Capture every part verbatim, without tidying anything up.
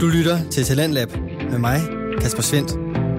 Du lytter til Talentlab med mig, Kasper Svendt.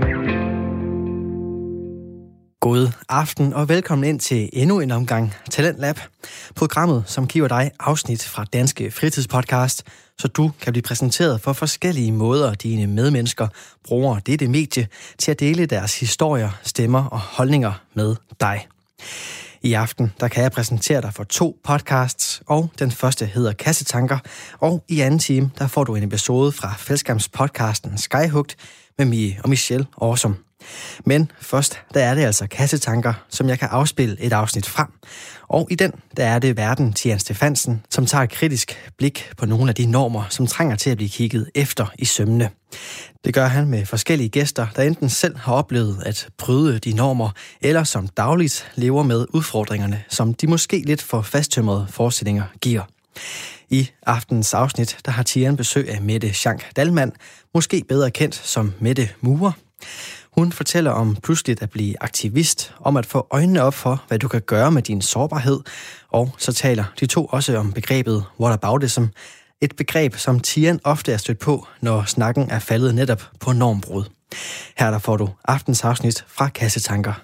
God aften og velkommen ind til endnu en omgang Talentlab. Programmet, som giver dig afsnit fra Danske Fritidspodcast, så du kan blive præsenteret for forskellige måder, dine medmennesker bruger dette medie til at dele deres historier, stemmer og holdninger med dig. I aften der kan jeg præsentere dig for to podcasts, og den første hedder Kassetanker, og i anden time der får du en episode fra fællesskabspodcasten Skyhugt med Mie og Michelle Awesome. Men først, der er det altså Kassetanker, som jeg kan afspille et afsnit frem. Og i den, der er det værten Tian Stefansen, som tager et kritisk blik på nogle af de normer, som trænger til at blive kigget efter i sømmene. Det gør han med forskellige gæster, der enten selv har oplevet at bryde de normer, eller som dagligt lever med udfordringerne, som de måske lidt for fasttømrede forestillinger giver. I aftenens afsnit, der har Tian besøg af Mette Schank Dahlmann, måske bedre kendt som Mette Murer. Hun fortæller om pludseligt at blive aktivist, om at få øjnene op for, hvad du kan gøre med din sårbarhed, og så taler de to også om begrebet whataboutism, et begreb, som Tian ofte er stødt på, når snakken er faldet netop på normbrud. Her der får du aftens afsnit fra Kassetanker.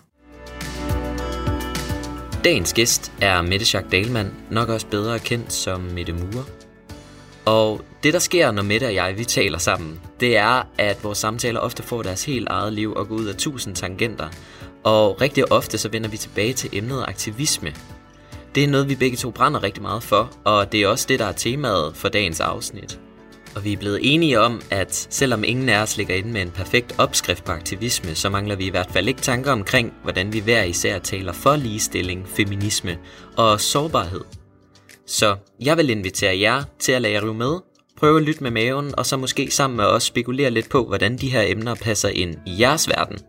Dagens gæst er Mette Schank Dahlmann, nok også bedre kendt som Mette Murer. Og det, der sker, når Mette og jeg vi taler sammen, det er, at vores samtaler ofte får deres helt eget liv og går ud af tusind tangenter. Og rigtig ofte så vender vi tilbage til emnet aktivisme. Det er noget, vi begge to brænder rigtig meget for, og det er også det, der er temaet for dagens afsnit. Og vi er blevet enige om, at selvom ingen af os ligger inde med en perfekt opskrift på aktivisme, så mangler vi i hvert fald ikke tanker omkring, hvordan vi hver især taler for ligestilling, feminisme og sårbarhed. Så jeg vil invitere jer til at lade jer rive med, prøve at lytte med maven, og så måske sammen med os spekulere lidt på, hvordan de her emner passer ind i jeres verden.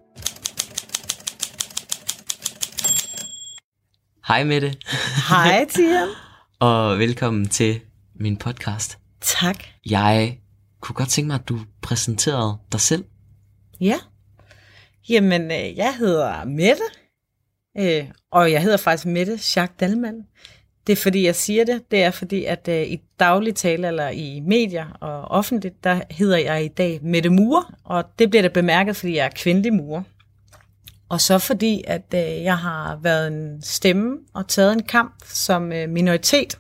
Hej Mette. Hej Tian. Og velkommen til min podcast. Tak. Jeg kunne godt tænke mig, at du præsenterede dig selv. Ja. Jamen, jeg hedder Mette, og jeg hedder faktisk Mette Schank Dahlmann. Det er fordi, jeg siger det. Det er fordi, at uh, i daglig tale eller i medier og offentligt, der hedder jeg i dag Mette Murer, og det bliver da bemærket, fordi jeg er kvindelig murer. Og så fordi, at uh, jeg har været en stemme og taget en kamp som uh, minoritet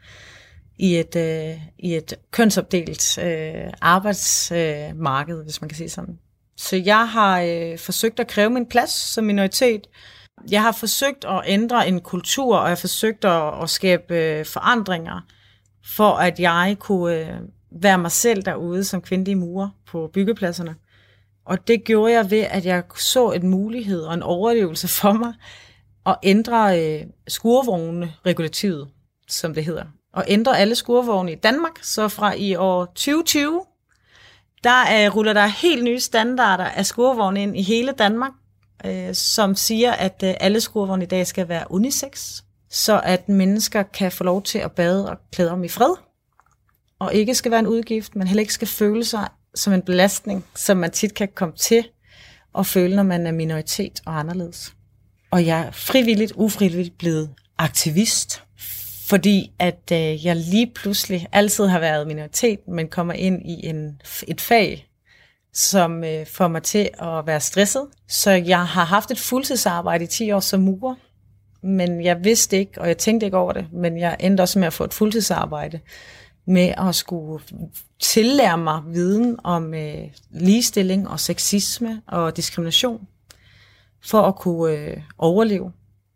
i et, uh, i et kønsopdelt uh, arbejdsmarked, uh, hvis man kan sige sådan. Så jeg har uh, forsøgt at kræve min plads som minoritet. Jeg har forsøgt at ændre en kultur, og jeg har forsøgt at, at skabe øh, forandringer, for at jeg kunne øh, være mig selv derude som kvindelig murer på byggepladserne. Og det gjorde jeg ved, at jeg så en mulighed og en overlevelse for mig at ændre øh, skurvogne-regulativet, som det hedder. Og ændre alle skurvogne i Danmark, så fra i år tyve tyve, der øh, ruller der helt nye standarder af skurvogne ind i hele Danmark, som siger, at alle skurvogne i dag skal være unisex, så at mennesker kan få lov til at bade og klæde om i fred, og ikke skal være en udgift, men heller ikke skal føle sig som en belastning, som man tit kan komme til at føle, når man er minoritet og anderledes. Og jeg er frivilligt, ufrivilligt blevet aktivist, fordi at jeg lige pludselig altid har været minoritet, men kommer ind i en, et fag, som øh, får mig til at være stresset. Så jeg har haft et fuldtidsarbejde i ti år som murer, men jeg vidste ikke, og jeg tænkte ikke over det, men jeg endte også med at få et fuldtidsarbejde med at skulle tillære mig viden om øh, ligestilling og sexisme og diskrimination, for at kunne øh, overleve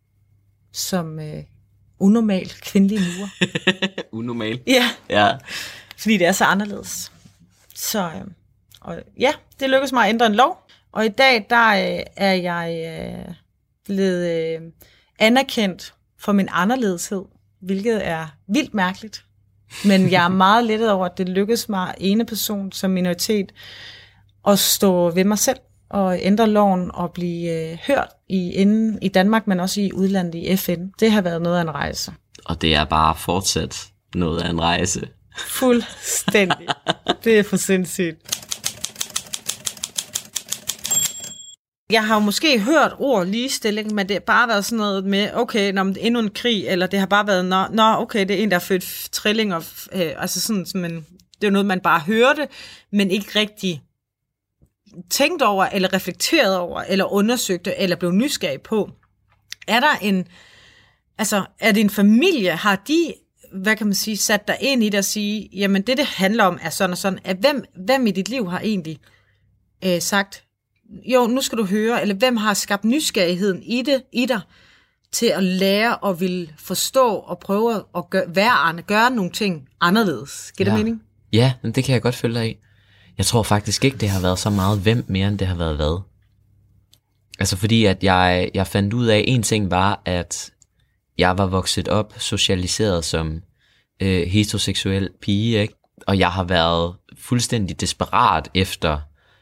som øh, unormal kvindelig murer. Unormal? Ja, ja, fordi det er så anderledes. Så... Øh, Og ja, det lykkedes mig at ændre en lov, og i dag der øh, er jeg øh, blevet øh, anerkendt for min anderledeshed, hvilket er vildt mærkeligt. Men jeg er meget lettet over, at det lykkedes mig ene person som minoritet at stå ved mig selv og ændre loven og blive øh, hørt i, inden i Danmark, men også i udlandet i F N. Det har været noget af en rejse. Og det er bare fortsat noget af en rejse. Fuldstændig. Det er for sindssygt. Jeg har jo måske hørt ord ligestilling, men det har bare været sådan noget med, okay, når det er endnu en krig, eller det har bare været, nå, nå okay, det er en, der har født trillinger, øh, altså sådan som en Det er jo noget, man bare hørte, men ikke rigtig tænkt over, eller reflekteret over, eller undersøgte, eller blev nysgerrig på. Er der en, altså, er det en familie, har de, hvad kan man sige, sat dig ind i det og sige, jamen det, det handler om, er sådan og sådan, at hvem, hvem i dit liv har egentlig øh, sagt, jo, nu skal du høre, eller hvem har skabt nysgerrigheden i det, i dig, til at lære og vil forstå og prøve at gøre, være, gøre nogle ting anderledes. Giver det ja. mening? Ja, men det kan jeg godt følge dig i. Jeg tror faktisk ikke, det har været så meget hvem mere, end det har været hvad. Altså fordi, at jeg, jeg fandt ud af, en ting var, at jeg var vokset op, socialiseret som øh, heteroseksuel pige, ikke? Og jeg har været fuldstændig desperat efter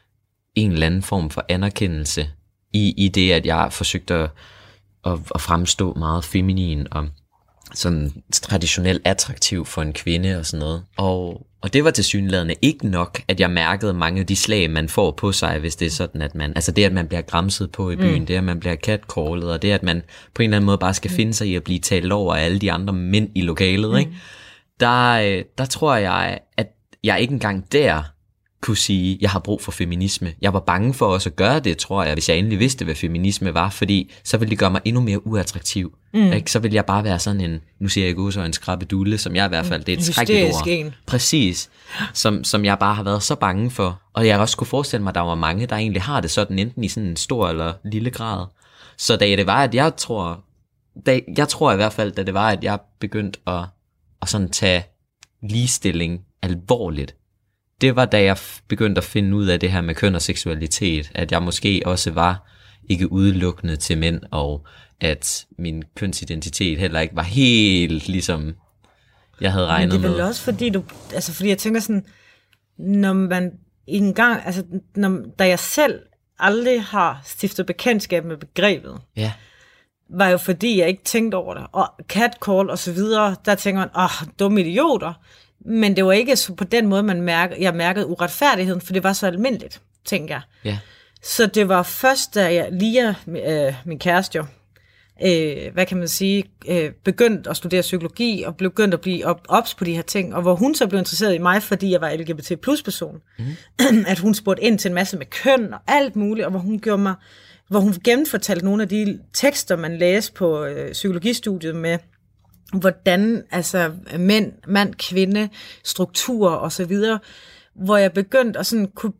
en eller anden form for anerkendelse i, i det, at jeg forsøgte at, at, at fremstå meget feminin og sådan traditionelt attraktiv for en kvinde og sådan noget. Og, og det var tilsyneladende ikke nok, at jeg mærkede mange af de slag, man får på sig, hvis det er sådan, at man, altså det, at man bliver gramset på i byen, mm. det, at man bliver catcallet, og det, at man på en eller anden måde bare skal mm. finde sig i at blive talt over af alle de andre mænd i lokalet, mm. ikke? Der, der tror jeg, at jeg ikke engang der kunne sige, at jeg har brug for feminisme. Jeg var bange for også at gøre det, tror jeg, hvis jeg endelig vidste, hvad feminisme var, fordi så ville det gøre mig endnu mere uattraktiv. Mm. Ikke? Så ville jeg bare være sådan en, nu siger jeg ikke så en skrabbedulle, som jeg i hvert fald, det er et skrækkeligt ord. En. Præcis, som, som jeg bare har været så bange for. Og jeg også kunne forestille mig, at der var mange, der egentlig har det sådan, enten i sådan en stor eller lille grad. Så da det var, at jeg tror, da, jeg tror i hvert fald, da det var, at jeg begyndte at, at sådan tage ligestilling alvorligt, det var da jeg begyndte at finde ud af det her med køn og seksualitet, at jeg måske også var ikke udelukkende til mænd, og at min kønsidentitet heller ikke var helt ligesom jeg havde regnet med. Men det er vel med. Også fordi du, altså fordi jeg tænker sådan, når man en gang, altså når, da jeg selv aldrig har stiftet bekendtskab med begrebet, ja. var jo fordi jeg ikke tænkte over det, og catcall og så videre, der tænker man, åh, dumme idioter. Men det var ikke så på den måde, man mærke, jeg mærkede uretfærdigheden, for det var så almindeligt, tænker jeg. Ja. Så det var først, da jeg lige, øh, min kæreste jo, øh, hvad kan man sige, øh, begyndte at studere psykologi, og blev begyndt at blive op, ops på de her ting, og hvor hun så blev interesseret i mig, fordi jeg var L G B T plus person, mm. at hun spurgte ind til en masse med køn og alt muligt, og hvor hun gjorde mig, hvor hun genfortalte nogle af de tekster, man læste på øh, psykologistudiet med, hvordan altså mænd, mand, kvinde, strukturer og så videre, hvor jeg begyndte at sådan kunne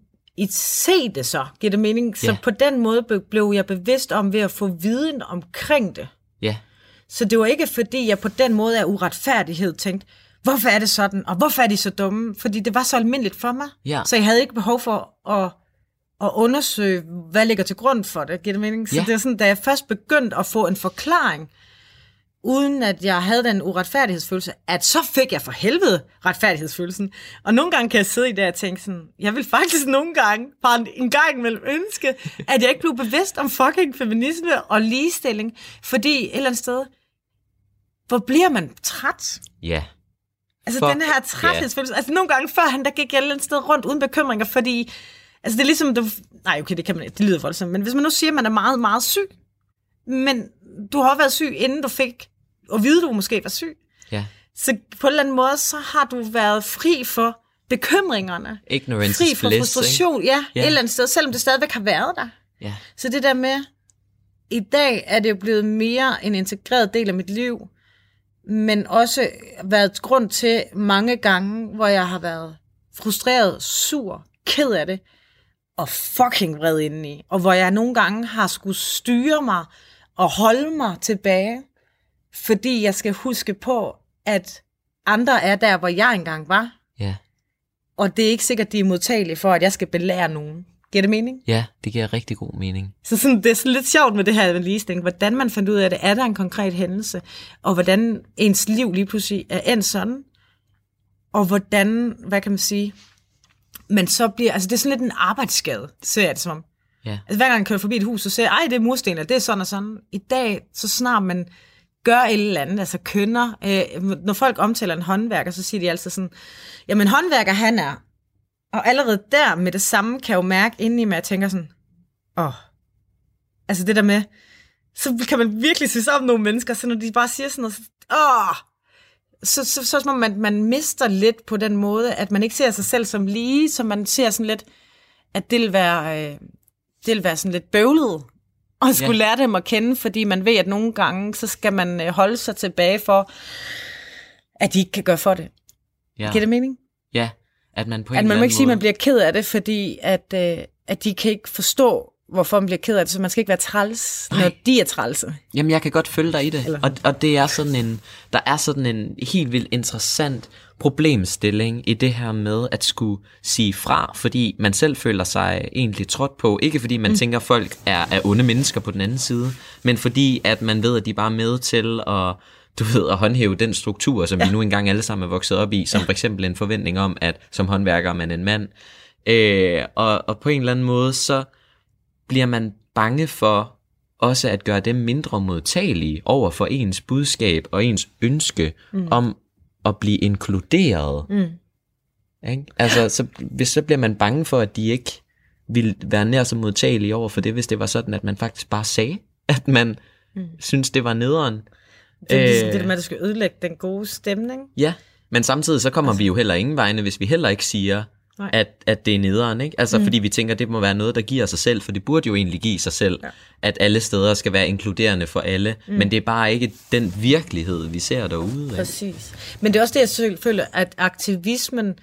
se det så, giver det mening? Så yeah. på den måde blev jeg bevidst om ved at få viden omkring det. Yeah. Så det var ikke fordi jeg på den måde af uretfærdighed tænkte, hvorfor er det sådan, og hvorfor er de så dumme? Fordi det var så almindeligt for mig, yeah. så jeg havde ikke behov for at, at undersøge, hvad ligger til grund for det, giver det mening? Så yeah. det er sådan, da jeg først begyndte at få en forklaring, uden at jeg havde den uretfærdighedsfølelse, at så fik jeg for helvede retfærdighedsfølelsen. Og nogle gange kan jeg sidde i det og tænke sådan, jeg vil faktisk nogle gange, bare en gang imellem ønske, at jeg ikke blev bevidst om fucking feminisme og ligestilling, fordi et eller andet sted, hvor bliver man træt? Ja. Yeah. Altså Fuck. Den her træthedsfølelse, yeah. altså nogle gange før han, der gik jeg et eller andet sted rundt uden bekymringer, fordi, altså det er ligesom, du, nej okay, det kan man ikke, det lyder voldsomt, men hvis man nu siger, at man er meget, meget syg, men du har været syg, inden du fik og vide, du måske var syg. Ja. Så på en eller anden måde, så har du været fri for bekymringerne. Ignorance fri for frustration, ja, ja, et eller andet sted, selvom det stadigvæk har været der. Ja. Så det der med, i dag er det jo blevet mere en integreret del af mit liv, men også været grund til mange gange, hvor jeg har været frustreret, sur, ked af det, og fucking vred indeni. Og hvor jeg nogle gange har skulle styre mig og holde mig tilbage, fordi jeg skal huske på, at andre er der, hvor jeg engang var. Ja. Og det er ikke sikkert, de er modtagelige for, at jeg skal belære nogen. Giver det mening? Ja, det giver rigtig god mening. Så sådan, det er sådan lidt sjovt med det her med ligestilling. Hvordan man fandt ud af det, er der en konkret hændelse, og hvordan ens liv lige pludselig er endt sådan, og hvordan, hvad kan man sige, men så bliver, altså det er sådan lidt en arbejdsskade, ser jeg det som. Ja. Altså hver gang jeg kører forbi et hus, så siger jeg, ej, det er mursten, det er sådan og sådan. I dag, så snart man gør et eller andet, altså kønner, øh, når folk omtaler en håndværker, så siger de altid sådan, jamen håndværker han er, og allerede der med det samme kan jeg jo mærke indeni mig, at jeg tænker sådan, åh, altså det der med, så kan man virkelig se om nogle mennesker, så når de bare siger sådan noget, åh, så, så, så, så man, man mister lidt på den måde, at man ikke ser sig selv som lige, så man ser sådan lidt, at det vil være, øh, det vil være sådan lidt bøvlet, og skulle ja. lære dem at kende, fordi man ved, at nogle gange, så skal man holde sig tilbage for, at de ikke kan gøre for det. Ja. Giver det mening? Ja, at man på en at man må ikke måde... sige, at man bliver ked af det, fordi at, øh, at de kan ikke forstå, hvorfor man bliver ked af det, så man skal ikke være træls, Nej. når de er trælse. Jamen, jeg kan godt følge dig i det, og, og det er sådan en, der er sådan en helt vildt interessant problemstilling i det her med at skulle sige fra, fordi man selv føler sig egentlig trådt på, ikke fordi man mm. tænker, at folk er, er onde mennesker på den anden side, men fordi at man ved, at de bare er med til at, du ved, at håndhæve den struktur, som ja. vi nu engang alle sammen er vokset op i, som for eksempel en forventning om, at som håndværker er man en mand. Øh, og, og på en eller anden måde, så bliver man bange for også at gøre dem mindre modtagelige over for ens budskab og ens ønske mm. om at blive inkluderet. Mm. Ikke? Altså, så, hvis så bliver man bange for, at de ikke ville være nær så modtagelige over for det, hvis det var sådan, at man faktisk bare sagde, at man mm. synes, det var nederen. Det er ligesom øh, det der med, at du skal ødelægge den gode stemning. Ja, men samtidig så kommer altså. vi jo heller ingen vegne, hvis vi heller ikke siger, at, at det er nederen, ikke? Altså, mm. fordi vi tænker, det må være noget, der giver sig selv, for det burde jo egentlig give sig selv, ja. at alle steder skal være inkluderende for alle, mm. men det er bare ikke den virkelighed, vi ser derude. Præcis. Ikke? Men det er også det, jeg føler, at aktivismen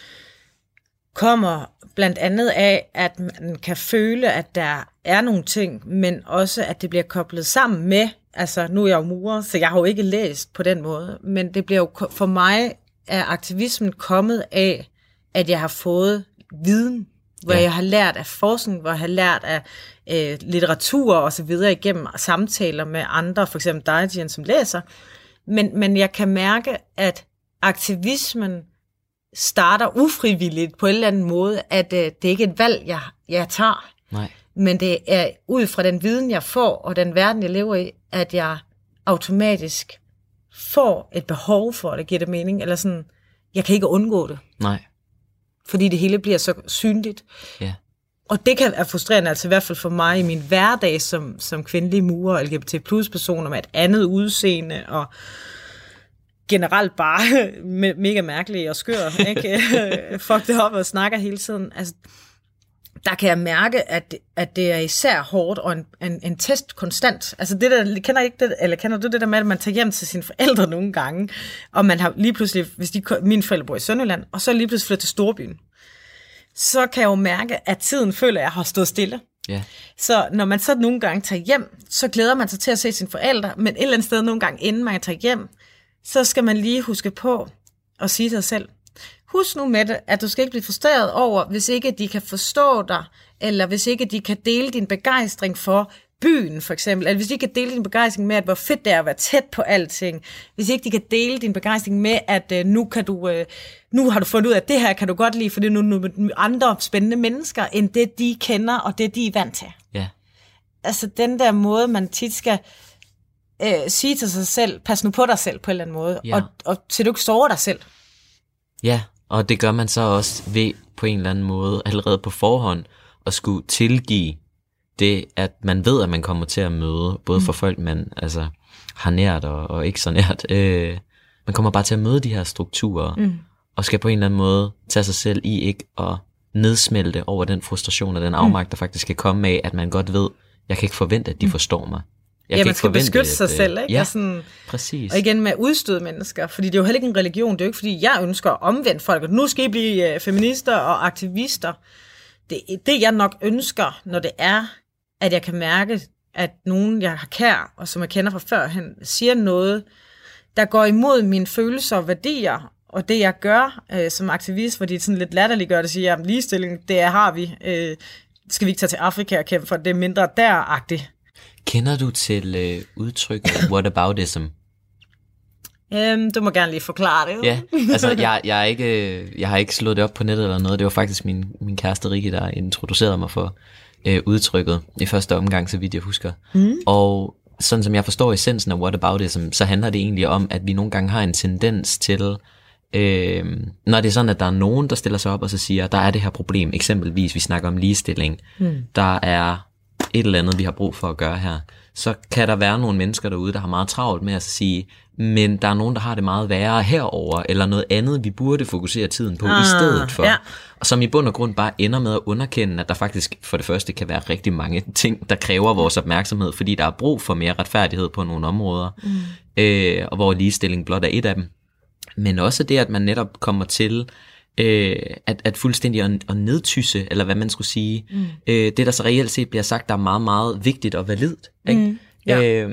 kommer blandt andet af, at man kan føle, at der er nogle ting, men også, at det bliver koblet sammen med, altså, nu er jeg jo murer, så jeg har jo ikke læst på den måde, men det bliver jo, for mig er aktivismen kommet af, at jeg har fået viden, hvor ja. jeg har lært af forskning, hvor jeg har lært af øh, litteratur og så videre igennem samtaler med andre, for eksempel dig, Jen, som læser. Men, men jeg kan mærke, at aktivismen starter ufrivilligt på en eller anden måde, at øh, det ikke er et valg, jeg, jeg tager. Nej. Men det er ud fra den viden, jeg får, og den verden, jeg lever i, at jeg automatisk får et behov for det, giver det mening, eller sådan, jeg kan ikke undgå det. Nej. Fordi det hele bliver så synligt. Ja. Og det kan være frustrerende, altså i hvert fald for mig i min hverdag som, som kvindelig murer, L G B T plus personer med et andet udseende, og generelt bare mega mærkelige og skør, ikke? Fuck det op og snakker hele tiden. Altså, der kan jeg mærke, at, at det er især hårdt og en, en, en test konstant. Altså det der, kender ikke det, eller kender du det der med, at man tager hjem til sine forældre nogle gange, og man har lige pludselig, hvis de, mine forældre bor i Sønderjylland, og så lige pludselig flytter til storbyen, så kan jeg jo mærke, at tiden føler, at jeg har stået stille. Yeah. Så når man så nogle gange tager hjem, så glæder man sig til at se sine forældre, men et eller andet sted nogle gange, inden man tager hjem, så skal man lige huske på at sige til sig selv, husk nu med det, at du skal ikke blive frustreret over, hvis ikke de kan forstå dig, eller hvis ikke de kan dele din begejstring for byen, for eksempel. Eller hvis de kan dele din begejstring med, at hvor fedt det er at være tæt på alting. Hvis ikke de kan dele din begejstring med, at uh, nu kan du, uh, nu har du fundet ud af, at det her kan du godt lide, for det er nogle andre spændende mennesker, end det de kender, og det de er vant til. Ja. Altså den der måde, man tit skal uh, sige til sig selv, pas nu på dig selv på en eller anden måde, ja. og, og til du ikke sårer dig selv. Ja, og det gør man så også ved på en eller anden måde, allerede på forhånd, at skulle tilgive det, at man ved, at man kommer til at møde, både for folk, man altså, har nært og, og ikke så nært. Øh, man kommer bare til at møde de her strukturer, mm. og skal på en eller anden måde tage sig selv i ikke at nedsmelte over den frustration og den afmagt, mm. der faktisk kan komme af, at man godt ved, jeg kan ikke forvente, at de forstår mig. Jeg ja, man skal beskytte sig at, selv, ikke? Ja, og, sådan, præcis. Og igen med at udstøde mennesker, fordi det er jo heller ikke en religion, det er jo ikke fordi, jeg ønsker at omvende folk, og nu skal I blive uh, feminister og aktivister. Det, det jeg nok ønsker, når det er, at jeg kan mærke, at nogen, jeg har kær, og som jeg kender fra førhen, siger noget, der går imod mine følelser og værdier, og det jeg gør øh, som aktivist, fordi det sådan lidt latterligt gør det, siger, at ligestilling, det har vi. Øh, skal vi ikke tage til Afrika og kæmpe for, det er mindre der-agtigt. Kender du til øh, udtrykket whataboutism? Um, du må gerne lige forklare det. Ja, altså jeg, jeg, er ikke, jeg har ikke slået det op på nettet eller noget. Det var faktisk min, min kæreste Rikke, der introducerede mig for øh, udtrykket i første omgang, så vidt jeg husker. Mm. Og sådan som jeg forstår essensen af whataboutism, så handler det egentlig om, at vi nogle gange har en tendens til, øh, når det er sådan, at der er nogen, der stiller sig op og så siger, der er det her problem, eksempelvis vi snakker om ligestilling, mm. der er et eller andet, vi har brug for at gøre her, så kan der være nogle mennesker derude, der har meget travlt med at sige, men der er nogen, der har det meget værre herover eller noget andet, vi burde fokusere tiden på ah, i stedet for. Ja. Og som i bund og grund bare ender med at underkende, at der faktisk for det første kan være rigtig mange ting, der kræver vores opmærksomhed, fordi der er brug for mere retfærdighed på nogle områder, mm. øh, og hvor ligestilling blot er et af dem. Men også det, at man netop kommer til øh, at, at fuldstændig at, at nedtysse, eller hvad man skulle sige, mm. øh, det der så reelt set bliver sagt, der er meget, meget vigtigt og validt. Ikke? Mm. Ja. Øh,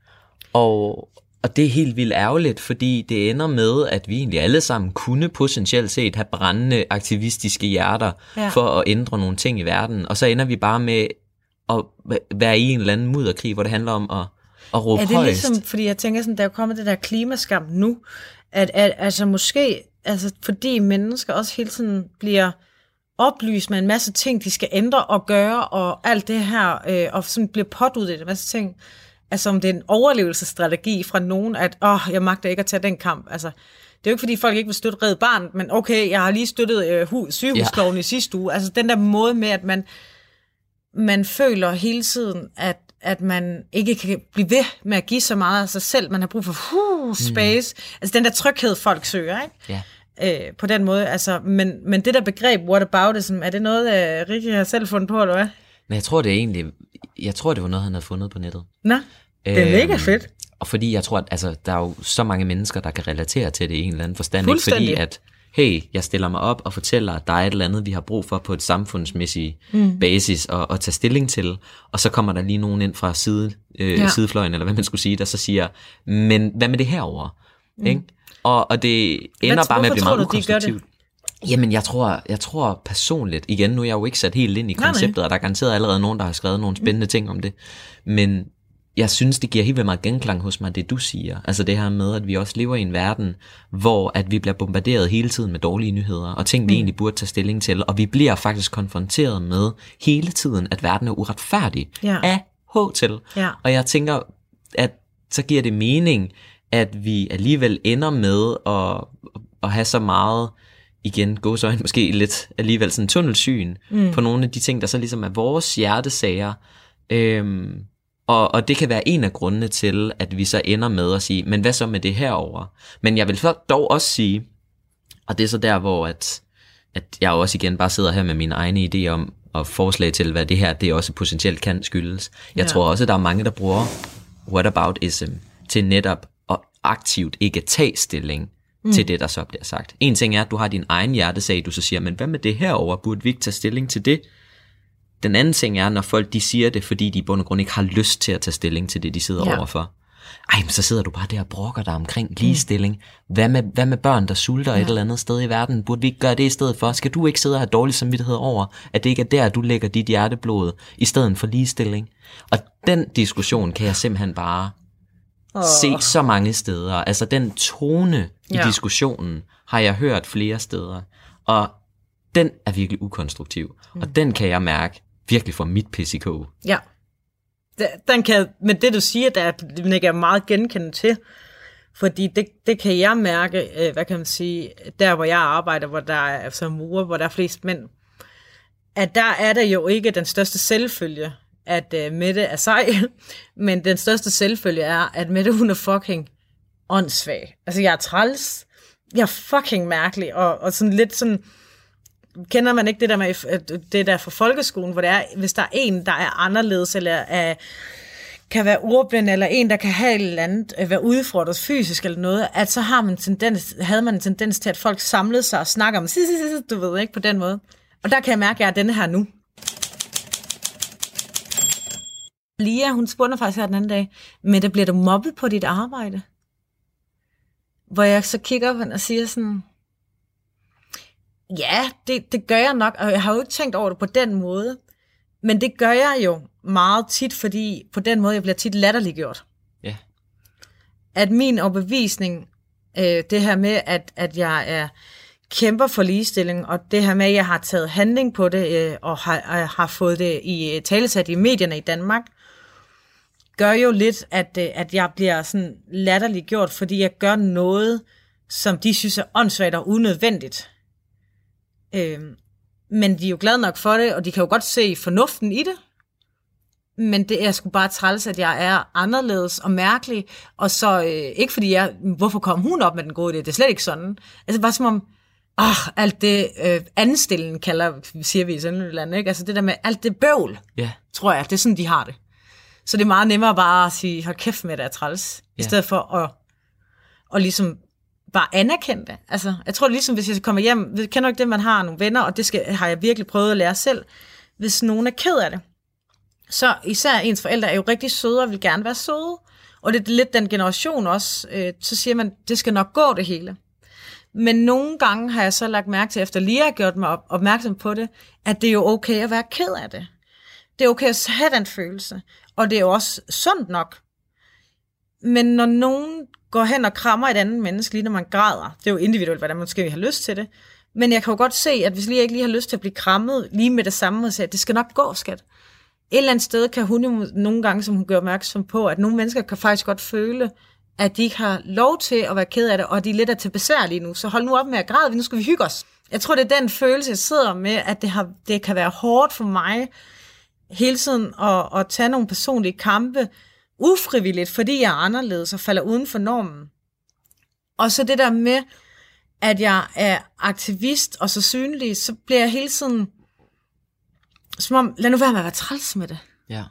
og... Og det er helt vildt ærgerligt, fordi det ender med, at vi egentlig alle sammen kunne potentielt set have brændende aktivistiske hjerter ja. for at ændre nogle ting i verden. Og så ender vi bare med at være i en eller anden mudderkrig, hvor det handler om at, at råbe højst. Er det højst. Ligesom, fordi jeg tænker sådan, der er jo kommet det der klimaskam nu, at, at altså måske, altså fordi mennesker også hele tiden bliver oplyst med en masse ting, de skal ændre og gøre, og alt det her, øh, og sådan bliver påduttet en masse ting. Altså om det er en overlevelsesstrategi fra nogen, at åh, jeg magter ikke at tage den kamp. Altså, det er jo ikke, fordi folk ikke vil støtte Red Barnet, men okay, jeg har lige støttet øh, sygehusloven ja. i sidste uge. Altså den der måde med, at man, man føler hele tiden, at, at man ikke kan blive ved med at give så meget af sig selv. Man har brug for uh, space. Mm. Altså den der tryghed, folk søger, ikke? Ja. Øh, på den måde. Altså, men, men det der begreb, whataboutism, er det noget, øh, Rikke har selv fundet på, eller hvad? Men jeg tror, det er egentlig... Jeg tror, det var noget, han havde fundet på nettet. Nå, det er øhm, mega fedt. Og fordi jeg tror, at altså, der er jo så mange mennesker, der kan relatere til det i en eller anden forstand. Ikke? Fordi at, hey, jeg stiller mig op og fortæller, at der er et eller andet, vi har brug for på et samfundsmæssigt mm. basis at, at tage stilling til. Og så kommer der lige nogen ind fra side, øh, ja. sidefløjen, eller hvad man skulle sige, der så siger, men hvad med det herovre? Mm. Ikke? Og, og det ender hvad, bare med at blive meget ukonstruktivt. Jamen, jeg tror, jeg tror personligt, igen, nu er jeg jo ikke sat helt ind i konceptet, nej, nej. og der er garanteret allerede nogen, der har skrevet nogle spændende ting om det, men jeg synes, det giver helt vildt meget genklang hos mig, det du siger. Altså det her med, at vi også lever i en verden, hvor at vi bliver bombarderet hele tiden med dårlige nyheder, og ting, vi mm. egentlig burde tage stilling til, og vi bliver faktisk konfronteret med hele tiden, at verden er uretfærdig ja. af H til. Ja. Og jeg tænker, at så giver det mening, at vi alligevel ender med at, at have så meget... igen, gåseøjne måske lidt alligevel sådan tunnelsyn mm. på nogle af de ting, der så ligesom er vores hjertesager. Øhm, og, og det kan være en af grundene til, at vi så ender med at sige, men hvad så med det herovre? Men jeg vil så dog også sige, og det er så der, hvor at, at jeg også igen bare sidder her med mine egne idéer om, og forslag til, hvad det her det også potentielt kan skyldes. Jeg ja. tror også, at der er mange, der bruger whataboutism til netop at aktivt ikke tage stilling Mm. til det, der så bliver sagt. En ting er, at du har din egen hjertesag, du så siger, men hvad med det herover? Burde vi ikke tage stilling til det? Den anden ting er, når folk de siger det, fordi de i bund og grund ikke har lyst til at tage stilling til det, de sidder ja. overfor. Ej, men så sidder du bare der og brokker dig omkring ligestilling. Mm. Hvad, med, hvad med børn, der sulter ja. et eller andet sted i verden? Burde vi ikke gøre det i stedet for? Skal du ikke sidde og have dårlig samvittighed over, at det ikke er der, du lægger dit hjerteblod, i stedet for ligestilling? Og den diskussion kan jeg simpelthen bare oh. se så mange steder. Altså den tone i ja. diskussionen har jeg hørt flere steder. Og den er virkelig ukonstruktiv. Mm. Og den kan jeg mærke virkelig for mit P C K. Ja. Den kan, men det du siger, der er jeg meget genkendende til. Fordi det, det kan jeg mærke, hvad kan man sige, der hvor jeg arbejder, hvor der er som murer, hvor der er flest mænd, at der er der jo ikke den største selvfølge, at uh, Mette er sej, men den største selvfølge er, at Mette hun er fucking åndssvag. Altså jeg er træls, jeg er fucking mærkelig, og, og sådan lidt sådan, kender man ikke det der med, det der fra folkeskolen, hvor det er, hvis der er en, der er anderledes, eller er, kan være ordblind, eller en, der kan have et eller andet, være udfordret fysisk eller noget, at så har man tendens, havde man en tendens til, at folk samlede sig og snakker om, du ved ikke, på den måde. Og der kan jeg mærke, at jeg er denne her nu. Lia, hun spurgte faktisk her den anden dag, men der bliver du mobbet på dit arbejde? Hvor jeg så kigger op og siger sådan, ja, det, det gør jeg nok, og jeg har jo ikke tænkt over det på den måde, men det gør jeg jo meget tit, fordi på den måde, jeg bliver tit latterliggjort. Ja. Yeah. At min overbevisning, øh, det her med, at, at jeg er kæmper for ligestilling, og det her med, at jeg har taget handling på det, øh, og har, har fået det i talesat i medierne i Danmark, gør jo lidt, at, at jeg bliver sådan latterliggjort, fordi jeg gør noget, som de synes er åndssvagt og unødvendigt. Øhm, men de er jo glade nok for det, og de kan jo godt se fornuften i det. men det er sgu bare træls, at jeg er anderledes og mærkelig, og så øh, ikke fordi jeg, hvorfor kom hun op med den gode idé, det er slet ikke sådan. Altså bare som om, åh, alt det øh, anstillen kalder, siger vi i Sønderjylland, ikke? Altså det der med alt det bøvl, yeah. tror jeg, det er sådan, de har det. Så det er meget nemmere bare at sige, hold kæft med det er træls, yeah. i stedet for at, at ligesom bare anerkende det. Altså, jeg tror ligesom, hvis jeg kommer hjem, jeg kender ikke det, man har nogle venner, og det skal, har jeg virkelig prøvet at lære selv, hvis nogen er ked af det, så især ens forældre er jo rigtig søde og vil gerne være søde, og det er lidt den generation også, øh, så siger man, det skal nok gå det hele. Men nogle gange har jeg så lagt mærke til, efter lige har gjort mig op, opmærksom på det, at det er jo okay at være ked af det. Det er okay at have den følelse, og det er jo også sundt nok. Men når nogen går hen og krammer et andet menneske, lige når man græder, det er jo individuelt, hvordan man måske har lyst til det, men jeg kan jo godt se, at hvis lige jeg ikke lige har lyst til at blive krammet lige med det samme, og sige, at det skal nok gå, skat. Et eller andet sted kan hun jo nogle gange, som hun gør opmærksom på, at nogle mennesker kan faktisk godt føle, at de ikke har lov til at være ked af det, og de lidt er til besvær lige nu. Så hold nu op med at græde, nu skal vi hygge os. Jeg tror, det er den følelse, jeg sidder med, at det, har, det kan være hårdt for mig hele tiden at, at tage nogle personlige kampe, ufrivilligt, fordi jeg er anderledes og falder uden for normen. Og så det der med, at jeg er aktivist og så synlig, så bliver jeg hele tiden som om, lad nu være med at være træls med det. Ja.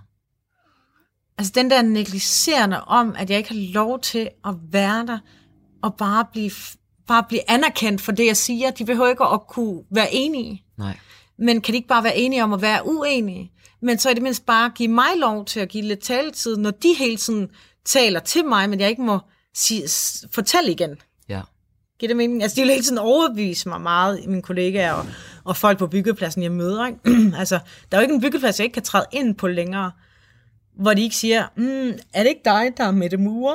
Altså den der negligerende om, at jeg ikke har lov til at være der, og bare blive, bare blive anerkendt for det, jeg siger. De behøver ikke at kunne være enige. Nej. Men kan de ikke bare være enige om at være uenige? Men så er det mindst bare give mig lov til at give lidt taletid, når de hele tiden taler til mig, men jeg ikke må sige, fortælle igen. Ja. Giver det mening? Altså de vil hele tiden overbevise mig meget, mine kollegaer og, og folk på byggepladsen, jeg møder. Ikke? Altså, der er jo ikke en byggeplads, jeg ikke kan træde ind på længere, hvor de ikke siger, mm, er det ikke dig, der er Mette Mure?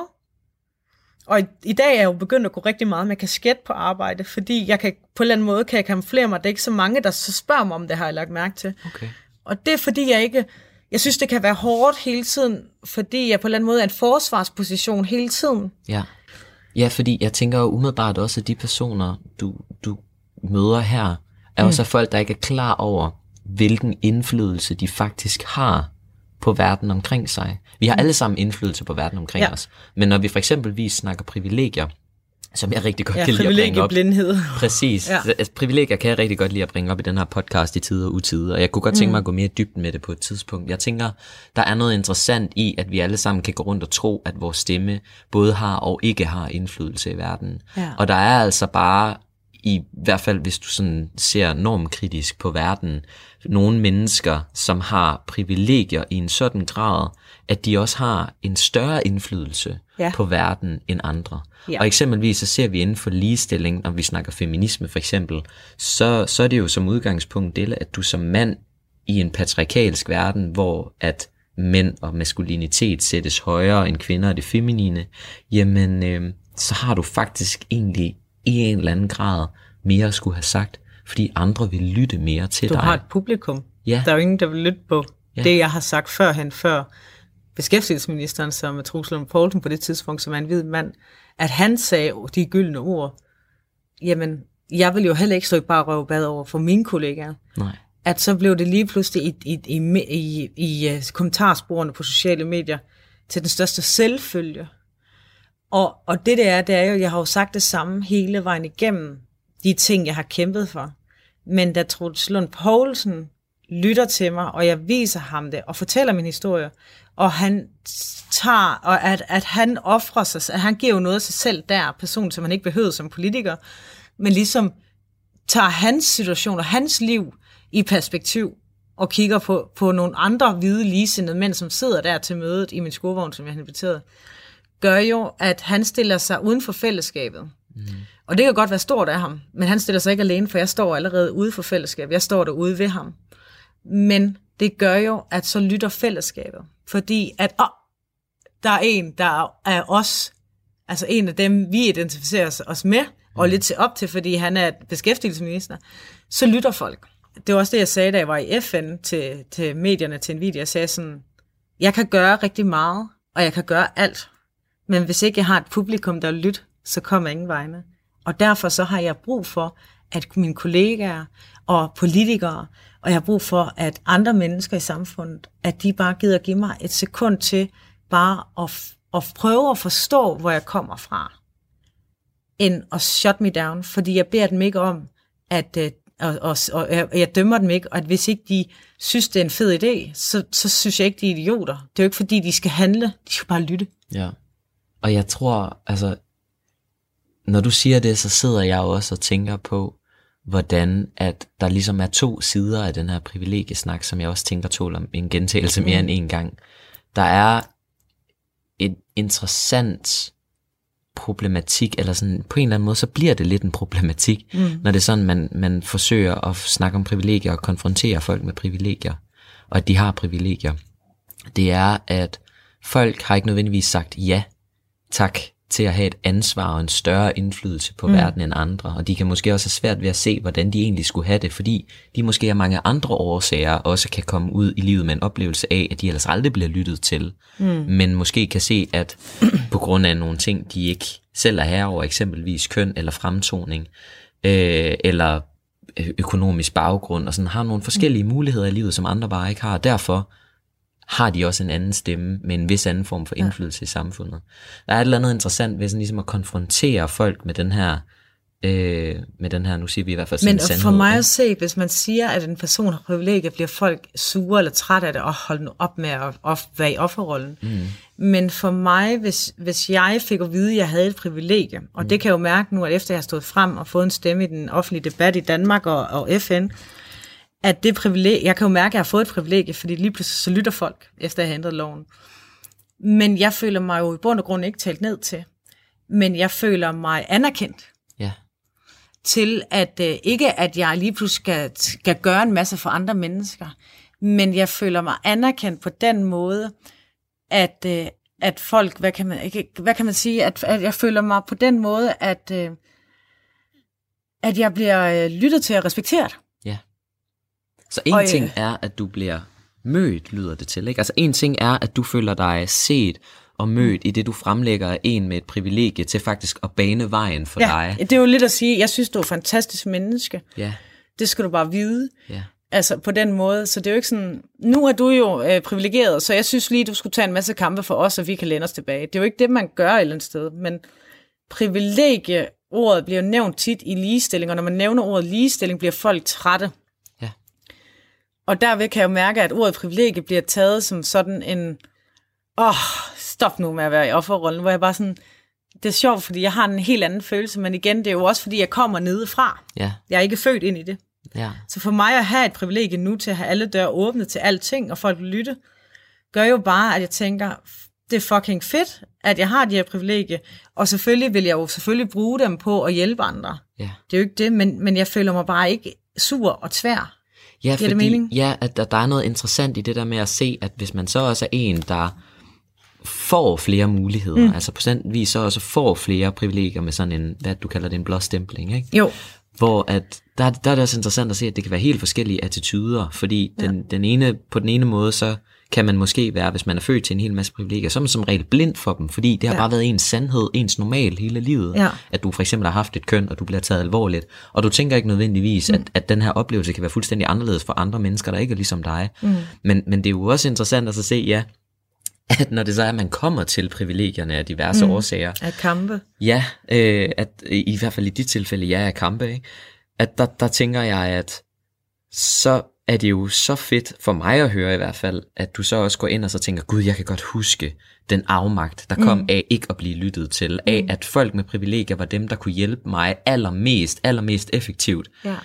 Og i, i dag er jeg jo begyndt at gå rigtig meget med kasket på arbejde, fordi jeg kan på en eller anden måde kan jeg kamuflere mig. Det er ikke så mange, der så spørger mig om det, har jeg lagt mærke til. Okay. Og det er fordi, jeg ikke... Jeg synes, det kan være hårdt hele tiden, fordi jeg på en eller anden måde er en forsvarsposition hele tiden. Ja, ja, fordi jeg tænker jo umiddelbart også, at de personer, du, du møder her, er mm. også folk, der ikke er klar over, hvilken indflydelse de faktisk har på verden omkring sig. Vi har alle sammen indflydelse på verden omkring ja. os. Men når vi for eksempelvis snakker privilegier, som jeg rigtig godt ja, kan lide at bringe op. Blindhed. Præcis. Ja. Altså, privilegier kan jeg rigtig godt lide at bringe op i den her podcast i tide og utide, og jeg kunne godt tænke mig at gå mere dybt med det på et tidspunkt. Jeg tænker, der er noget interessant i, at vi alle sammen kan gå rundt og tro, at vores stemme både har og ikke har indflydelse i verden. Ja. Og der er altså bare, i hvert fald hvis du sådan ser normkritisk på verden, nogle mennesker, som har privilegier i en sådan grad, at de også har en større indflydelse ja. på verden end andre. Ja. Og eksempelvis så ser vi inden for ligestilling, når vi snakker feminisme for eksempel, så, så er det jo som udgangspunkt det, at du som mand i en patriarkalsk verden, hvor at mænd og maskulinitet sættes højere end kvinder og det feminine, jamen øh, så har du faktisk egentlig i en eller anden grad mere at skulle have sagt, fordi andre vil lytte mere til du dig. Du har et publikum. Ja. Der er jo ingen, der vil lytte på ja. det, jeg har sagt førhen, før beskæftigelsesministeren, som er Troels Lund Poulsen på det tidspunkt, som er en hvid mand, at han sagde de gyldne ord, jamen, jeg vil jo heller ikke stå i bare røv bad over for mine kollegaer. Nej. At så blev det lige pludselig i, i, i, i, i kommentarsporene på sociale medier til den største selvfølge. Og, og det der er, det er jo, jeg har jo sagt det samme hele vejen igennem, de ting, jeg har kæmpet for. Men da Troels Lund Poulsen lytter til mig, og jeg viser ham det, og fortæller min historie, og han tager, og at, at han offrer sig, at han giver jo noget af sig selv der, person, som han ikke behøvede som politiker, men ligesom tager hans situation og hans liv i perspektiv, og kigger på, på nogle andre hvide ligesindede mænd, som sidder der til mødet i min skurvogn, som jeg har inviteret, gør jo, at han stiller sig uden for fællesskabet. Mm. Og det kan godt være stort af ham, men han stiller sig ikke alene, for jeg står allerede ude for fællesskabet. Jeg står derude ved ham. Men det gør jo, at så lytter fællesskabet. Fordi at åh, der er en, der er os, altså en af dem, vi identificerer os med, og lidt til op til, fordi han er beskæftigelsesminister, så lytter folk. Det var også det, jeg sagde, da jeg var i F N til, til medierne til en video. Jeg sagde sådan, jeg kan gøre rigtig meget, og jeg kan gøre alt. Men hvis ikke jeg har et publikum, der lytter, så kommer ingen vegne. Og derfor så har jeg brug for, at mine kollegaer og politikere, og jeg har brug for, at andre mennesker i samfundet, at de bare gider give mig et sekund til bare at, at prøve at forstå, hvor jeg kommer fra, end at shut me down, fordi jeg beder dem ikke om, at, og, og, og jeg, jeg dømmer dem ikke, og at hvis ikke de synes, det er en fed idé, så, så synes jeg ikke, de er idioter. Det er jo ikke, fordi de skal handle, de skal bare lytte. Ja, og jeg tror, altså, når du siger det, så sidder jeg også og tænker på, hvordan at der ligesom er to sider af den her privilegiesnak, som jeg også tænker tåler en gentagelse mere mm. end en gang. Der er en interessant problematik, eller sådan på en eller anden måde, så bliver det lidt en problematik, mm. når det er sådan, man, man forsøger at snakke om privilegier og konfrontere folk med privilegier, og at de har privilegier. Det er, at folk har ikke nødvendigvis sagt ja, tak, til at have et ansvar og en større indflydelse på mm. verden end andre, og de kan måske også have svært ved at se, hvordan de egentlig skulle have det, fordi de måske af mange andre årsager også kan komme ud i livet med en oplevelse af, at de ellers aldrig bliver lyttet til, mm. men måske kan se, at på grund af nogle ting, de ikke selv er herre over, eksempelvis køn eller fremtoning, øh, eller økonomisk baggrund, og sådan har nogle forskellige mm. muligheder i livet, som andre bare ikke har, og derfor har de også en anden stemme med en vis anden form for indflydelse ja. i samfundet. Der er et eller andet interessant ved sådan ligesom at konfrontere folk med den her, øh, med den her, nu siger vi i hvert fald sådan Men en sandhed. For mig at se, hvis man siger, at en person har privilegier, bliver folk sure eller trætte af det, og holde nu op med at of, være i offerrollen. Mm. Men for mig, hvis, hvis jeg fik at vide, at jeg havde et privilegie, og mm. det kan jeg jo mærke nu, at efter jeg har stået frem og fået en stemme i den offentlige debat i Danmark og, og F N, at det privilegie, jeg kan jo mærke, at jeg har fået et privilegie, fordi lige pludselig så lytter folk, efter jeg har ændret loven. Men jeg føler mig jo i bund og grund ikke talt ned til. Men jeg føler mig anerkendt. Ja. Til at øh, ikke at jeg lige pludselig skal, skal gøre en masse for andre mennesker, men jeg føler mig anerkendt på den måde, at, øh, at folk, hvad kan man, ikke, hvad kan man sige, at, at jeg føler mig på den måde, at, øh, at jeg bliver øh, lyttet til og respekteret. Ja. Så en og, ting er, at du bliver mødt, lyder det til, ikke? Altså en ting er, at du føler dig set og mødt i det, du fremlægger af en med et privilegie til faktisk at bane vejen for ja, dig. Det er jo lidt at sige, jeg synes, du er et fantastisk menneske. Ja. Det skal du bare vide. Ja. Altså på den måde, så det er jo ikke sådan, nu er du jo øh, privilegeret, så jeg synes lige, du skulle tage en masse kampe for os, så vi kan læne os tilbage. Det er jo ikke det, man gør et eller andet sted, men privilegie, ordet bliver nævnt tit i ligestilling, og når man nævner ordet ligestilling, bliver folk trætte. Ja. Og derved kan jeg jo mærke, at ordet privilegie bliver taget som sådan en, åh, oh, stop nu med at være i offerrollen, hvor jeg bare sådan, det er sjovt, fordi jeg har en helt anden følelse, men igen, det er jo også, fordi jeg kommer nedefra. Ja. Jeg er ikke født ind i det. Ja. Så for mig at have et privilegie nu til at have alle døre åbne til alting, og folk lytte, gør jo bare, at jeg tænker, det er fucking fedt, at jeg har de her privilegier, og selvfølgelig vil jeg jo selvfølgelig bruge dem på at hjælpe andre. Ja. Det er jo ikke det, men, men jeg føler mig bare ikke sur og tvær. Ja, Giver fordi, det mening? Ja, at der, der er noget interessant i det der med at se, at hvis man så også er en, der får flere muligheder, mm. altså på sådan vis så også får flere privilegier med sådan en, hvad du kalder det, en blåstempling, ikke? Jo. Hvor at, der, der er det også interessant at se, at det kan være helt forskellige attityder, fordi ja. den, den ene, på den ene måde, så kan man måske være, hvis man er født til en hel masse privilegier, så er man som regel blind for dem, fordi det har ja. bare været ens sandhed, ens normal hele livet, ja. at du for eksempel har haft et køn, og du bliver taget alvorligt, og du tænker ikke nødvendigvis, mm. at, at den her oplevelse kan være fuldstændig anderledes for andre mennesker, der ikke er ligesom dig. Mm. Men, men det er jo også interessant at så se, ja, at når det så er, at man kommer til privilegierne af diverse mm. årsager. Af kampe. Ja, øh, at i hvert fald i dit tilfælde, ja, af kampe, ikke? At der, der tænker jeg, at så er det jo så fedt for mig at høre i hvert fald, at du så også går ind og så tænker, gud, jeg kan godt huske den afmagt, der kom mm. af ikke at blive lyttet til, af mm. at folk med privilegier var dem, der kunne hjælpe mig allermest, allermest effektivt. Ja.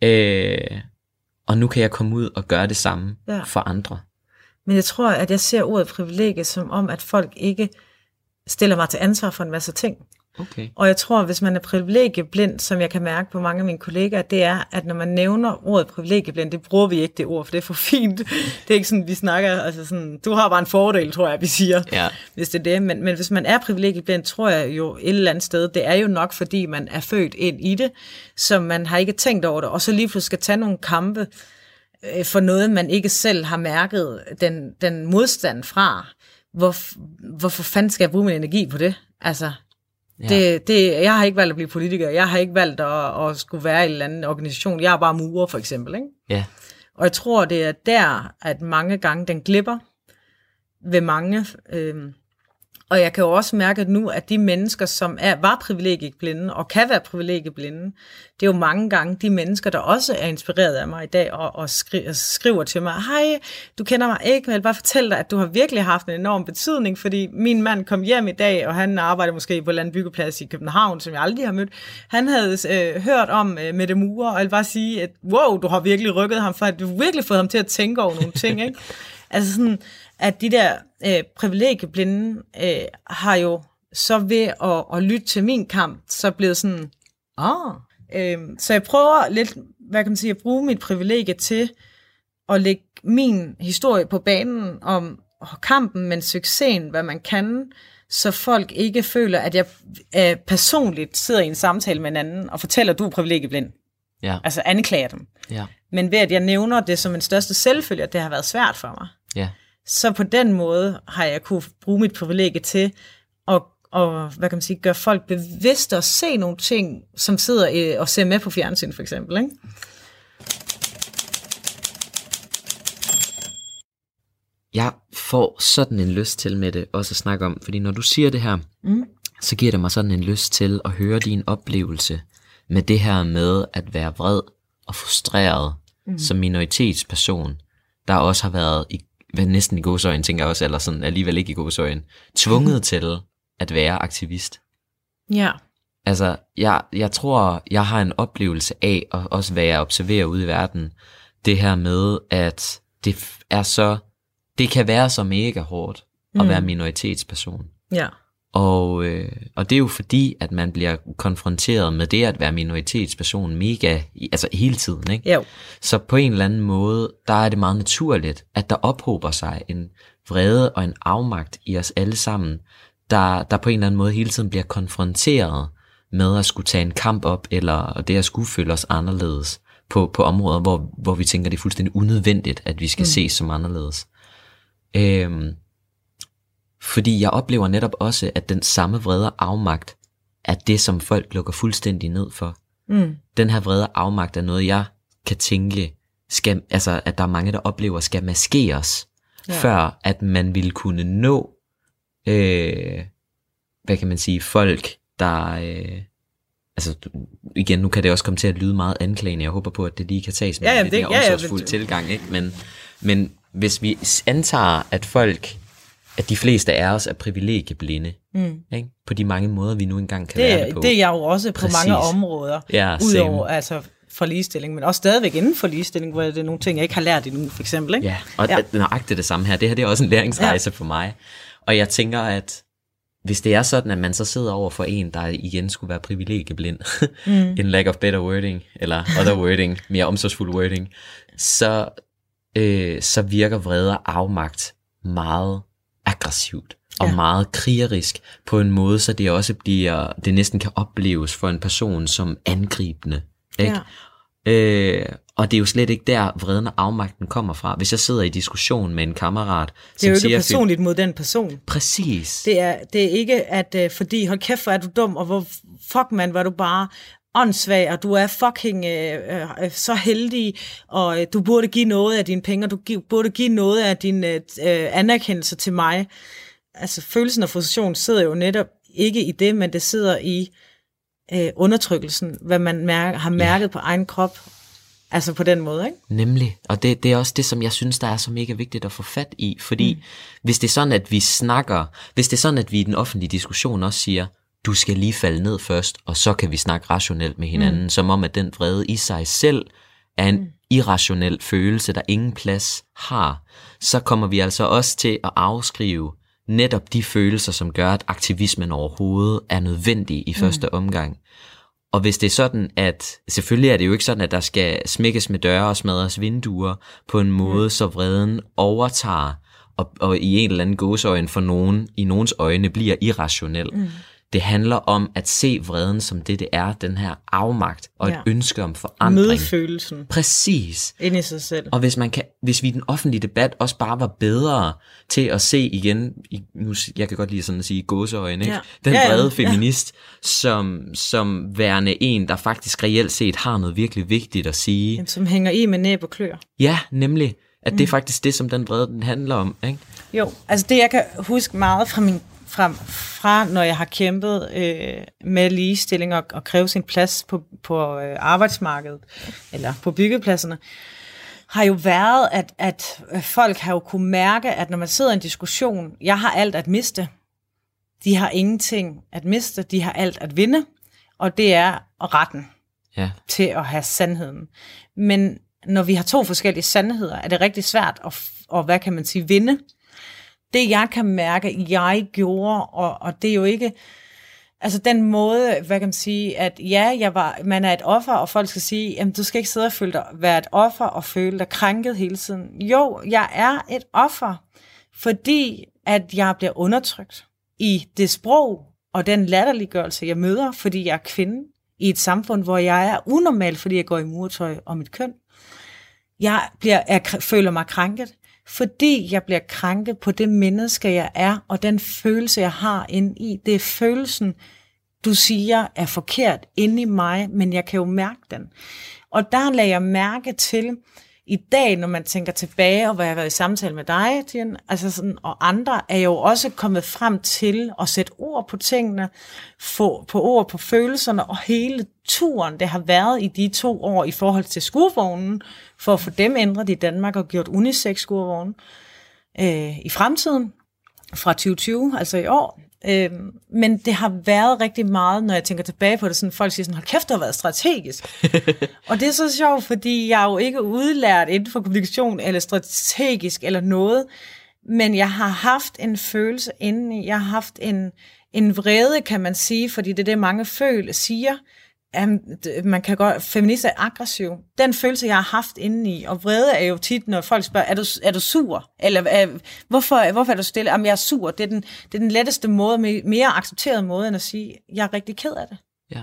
Øh, og nu kan jeg komme ud og gøre det samme ja. for andre. Men jeg tror, at jeg ser ordet privilegie som om, at folk ikke stiller mig til ansvar for en masse ting. Okay. Og jeg tror, hvis man er privilegieblind, som jeg kan mærke på mange af mine kollegaer, det er, at når man nævner ordet privilegieblind, det bruger vi ikke det ord, for det er for fint. Det er ikke sådan, vi snakker, altså sådan, du har bare en fordel, tror jeg, vi siger, ja. hvis det er det. Men, men hvis man er privilegieblind, tror jeg jo et eller andet sted, det er jo nok, fordi man er født ind i det, så man har ikke tænkt over det, og så lige pludselig skal tage nogle kampe for noget, man ikke selv har mærket den, den modstand fra. Hvor, hvorfor fanden skal jeg bruge min energi på det? Altså, Ja. Det, det, jeg har ikke valgt at blive politiker. Jeg har ikke valgt at, at skulle være i en eller anden organisation. Jeg er bare murer, for eksempel. Ikke? Ja. Og jeg tror, det er der, at mange gange den glipper ved mange. Øhm, og jeg kan jo også mærke at nu, at de mennesker, som er, var privilegieblinde og kan være privilegieblinde, det er jo mange gange de mennesker, der også er inspireret af mig i dag og, og skri, skriver til mig, hej, du kender mig ikke, men jeg vil bare fortælle dig, at du har virkelig haft en enorm betydning, fordi min mand kom hjem i dag, og han arbejder måske på en eller anden byggeplads i København, som jeg aldrig har mødt. Han havde øh, hørt om øh, Mette Mure, og jeg vil bare sige, at wow, du har virkelig rykket ham, for at du har virkelig fået ham til at tænke over nogle ting, ikke? Altså sådan, at de der øh, privilegieblinde øh, har jo så ved at, at lytte til min kamp, så blevet sådan, ah. Øh, så jeg prøver lidt, hvad kan man sige, at bruge mit privilegie til at lægge min historie på banen om kampen, men succesen, hvad man kan, så folk ikke føler, at jeg øh, personligt sidder i en samtale med en anden og fortæller, at du er privilegieblind. Ja. Altså anklager dem. Ja. Men ved at jeg nævner det som en største selvfølge, at det har været svært for mig. Ja. Så på den måde har jeg kunne bruge mit privilegie til at, og, hvad kan man sige, gøre folk bevidste og se nogle ting, som sidder og ser med på fjernsyn for eksempel. Ikke? Jeg får sådan en lyst til med det også at snakke om, fordi når du siger det her, mm. så giver det mig sådan en lyst til at høre din oplevelse med det her med at være vred og frustreret mm. som minoritetsperson, der også har været i næsten i gåseøjne, tænker jeg også, eller sådan alligevel ikke i gåseøjne, tvunget til at være aktivist. Ja. Altså, jeg, jeg tror, jeg har en oplevelse af, og også hvad jeg observerer ude i verden, det her med, at det er så, det kan være så mega hårdt at mm. være minoritetsperson. Ja. Og, øh, og det er jo fordi, at man bliver konfronteret med det at være minoritetsperson mega, altså hele tiden, ikke? Jo. Så på en eller anden måde, der er det meget naturligt, at der ophober sig en vrede og en afmagt i os alle sammen, der, der på en eller anden måde hele tiden bliver konfronteret med at skulle tage en kamp op, eller det at skulle føle os anderledes på, på områder, hvor, hvor vi tænker, det er fuldstændig unødvendigt, at vi skal mm. ses som anderledes. Øhm, Fordi jeg oplever netop også, at den samme vrede og afmagt er det, som folk lukker fuldstændig ned for. Mm. Den her vrede og afmagt er noget, jeg kan tænke, skal, altså, at der er mange, der oplever, skal maskeres, ja. Før at man ville kunne nå, øh, hvad kan man sige, folk, der, øh, altså igen, nu kan det også komme til at lyde meget anklagende, jeg håber på, at det lige kan tages med ja, lidt mere ja, omsorgsfuld ja, tilgang, ikke? Men, men hvis vi antager, at folk, at de fleste af os er privilegieblinde, mm. ikke? På de mange måder, vi nu engang kan det, være det på. Det er jeg jo også på Præcis. Mange områder, ja, udover altså for ligestilling, men også stadigvæk inden for ligestilling, hvor det er nogle ting, jeg ikke har lært endnu, for eksempel. Ikke? Ja, og ja. nøjagtigt det samme her. Det her det er også en læringsrejse ja. For mig. Og jeg tænker, at hvis det er sådan, at man så sidder over for en, der igen skulle være privilegieblind, mm. in lack of better wording, eller other wording, mere omsorgsfuld wording, så, øh, så virker vrede og afmagt meget aggressivt og ja. Meget krigerisk på en måde, så det også bliver, det næsten kan opleves for en person som angribende. Ikke? Ja. Øh, og det er jo slet ikke der, vreden og afmagten kommer fra. Hvis jeg sidder i diskussion med en kammerat, det er jo ikke ikke personligt mod den person. Præcis. Det er, det er ikke, at uh, fordi, hold kæft, hvor er du dum, og hvor fuck man, var du bare åndssvag, og du er fucking øh, øh, så heldig, og øh, du burde give noget af dine penge, og du gi- burde give noget af din øh, anerkendelse til mig. Altså følelsen af frustration sidder jo netop ikke i det, men det sidder i øh, undertrykkelsen, hvad man mærker, har mærket ja. På egen krop, altså på den måde, ikke? Nemlig, og det, det er også det, som jeg synes, der er så mega vigtigt at få fat i, fordi mm. hvis det er sådan, at vi snakker, hvis det er sådan, at vi i den offentlige diskussion også siger, du skal lige falde ned først, og så kan vi snakke rationelt med hinanden, mm. som om, at den vrede i sig selv er en mm. irrationel følelse, der ingen plads har, så kommer vi altså også til at afskrive netop de følelser, som gør, at aktivismen overhovedet er nødvendig i første mm. omgang. Og hvis det er sådan, at selvfølgelig er det jo ikke sådan, at der skal smækkes med døre og smadres vinduer på en måde, mm. så vreden overtager, og, og i en eller anden gåseøjne for nogen, i nogens øjne bliver irrationel. Mm. Det handler om at se vreden som det, det er, den her afmagt og ja. et ønske om forandring. Møde følelsen. Præcis. Ind i sig selv. Og hvis, man kan, hvis vi i den offentlige debat også bare var bedre til at se igen, nu, jeg kan godt lide sådan at sige gåseøjne, ikke? Ja. Den ja, ja. brede feminist, ja. som, som værende en, der faktisk reelt set har noget virkelig vigtigt at sige. Jamen, som hænger i med næb og klør. Ja, nemlig. At det er faktisk det, som den brede den handler om, ikke? Jo, altså det jeg kan huske meget fra min fra, fra når jeg har kæmpet øh, med ligestilling og, og kræve sin plads på, på øh, arbejdsmarkedet, eller på byggepladserne, har jo været, at, at folk har jo kunne mærke, at når man sidder i en diskussion, jeg har alt at miste, de har ingenting at miste, de har alt at vinde, og det er retten ja. til at have sandheden. Men når vi har to forskellige sandheder, er det rigtig svært at, og hvad kan man sige, vinde. Det jeg kan mærke, jeg gjorde, og, og det er jo ikke, altså den måde, hvad kan man sige, at ja, jeg var, man er et offer, og folk skal sige, jamen du skal ikke sidde og føle dig, være et offer og føle dig krænket hele tiden. Jo, jeg er et offer, fordi at jeg bliver undertrykt i det sprog og den latterliggørelse, jeg møder, fordi jeg er kvinde i et samfund, hvor jeg er unormal, fordi jeg går i murtøj og mit køn. Jeg, bliver, jeg føler mig krænket, fordi jeg bliver krænket på det menneske, jeg er, og den følelse, jeg har inde i. Det er følelsen, du siger, er forkert inde i mig, men jeg kan jo mærke den. Og der lagde jeg mærke til, i dag, når man tænker tilbage, og hvor jeg har været i samtale med dig, Jen, altså sådan, og andre, er jo også kommet frem til at sætte ord på tingene, få på ord på følelserne, og hele turen, det har været i de to år i forhold til skurvognen, for at få dem ændret i Danmark og gjort unisex skurvognen øh, i fremtiden, fra tyve tyve, altså i år. Øh, men det har været rigtig meget, når jeg tænker tilbage på det, sådan folk siger sådan, hold kæft, det har været strategisk. Og det er så sjovt, fordi jeg er jo ikke udlært inden for kommunikation, eller strategisk, eller noget, men jeg har haft en følelse indeni, jeg har haft en, en vrede, kan man sige, fordi det er det, mange føler, siger, Um, man kan godt, feminist er aggressiv. Den følelse, jeg har haft indeni, og vrede er jo tit, når folk spørger, er du, er du sur? Eller uh, hvorfor, hvorfor er du stille? Jamen, jeg er sur. Det er den, det er den letteste måde, mere accepterede måde, end at sige, jeg er rigtig ked af det. Ja.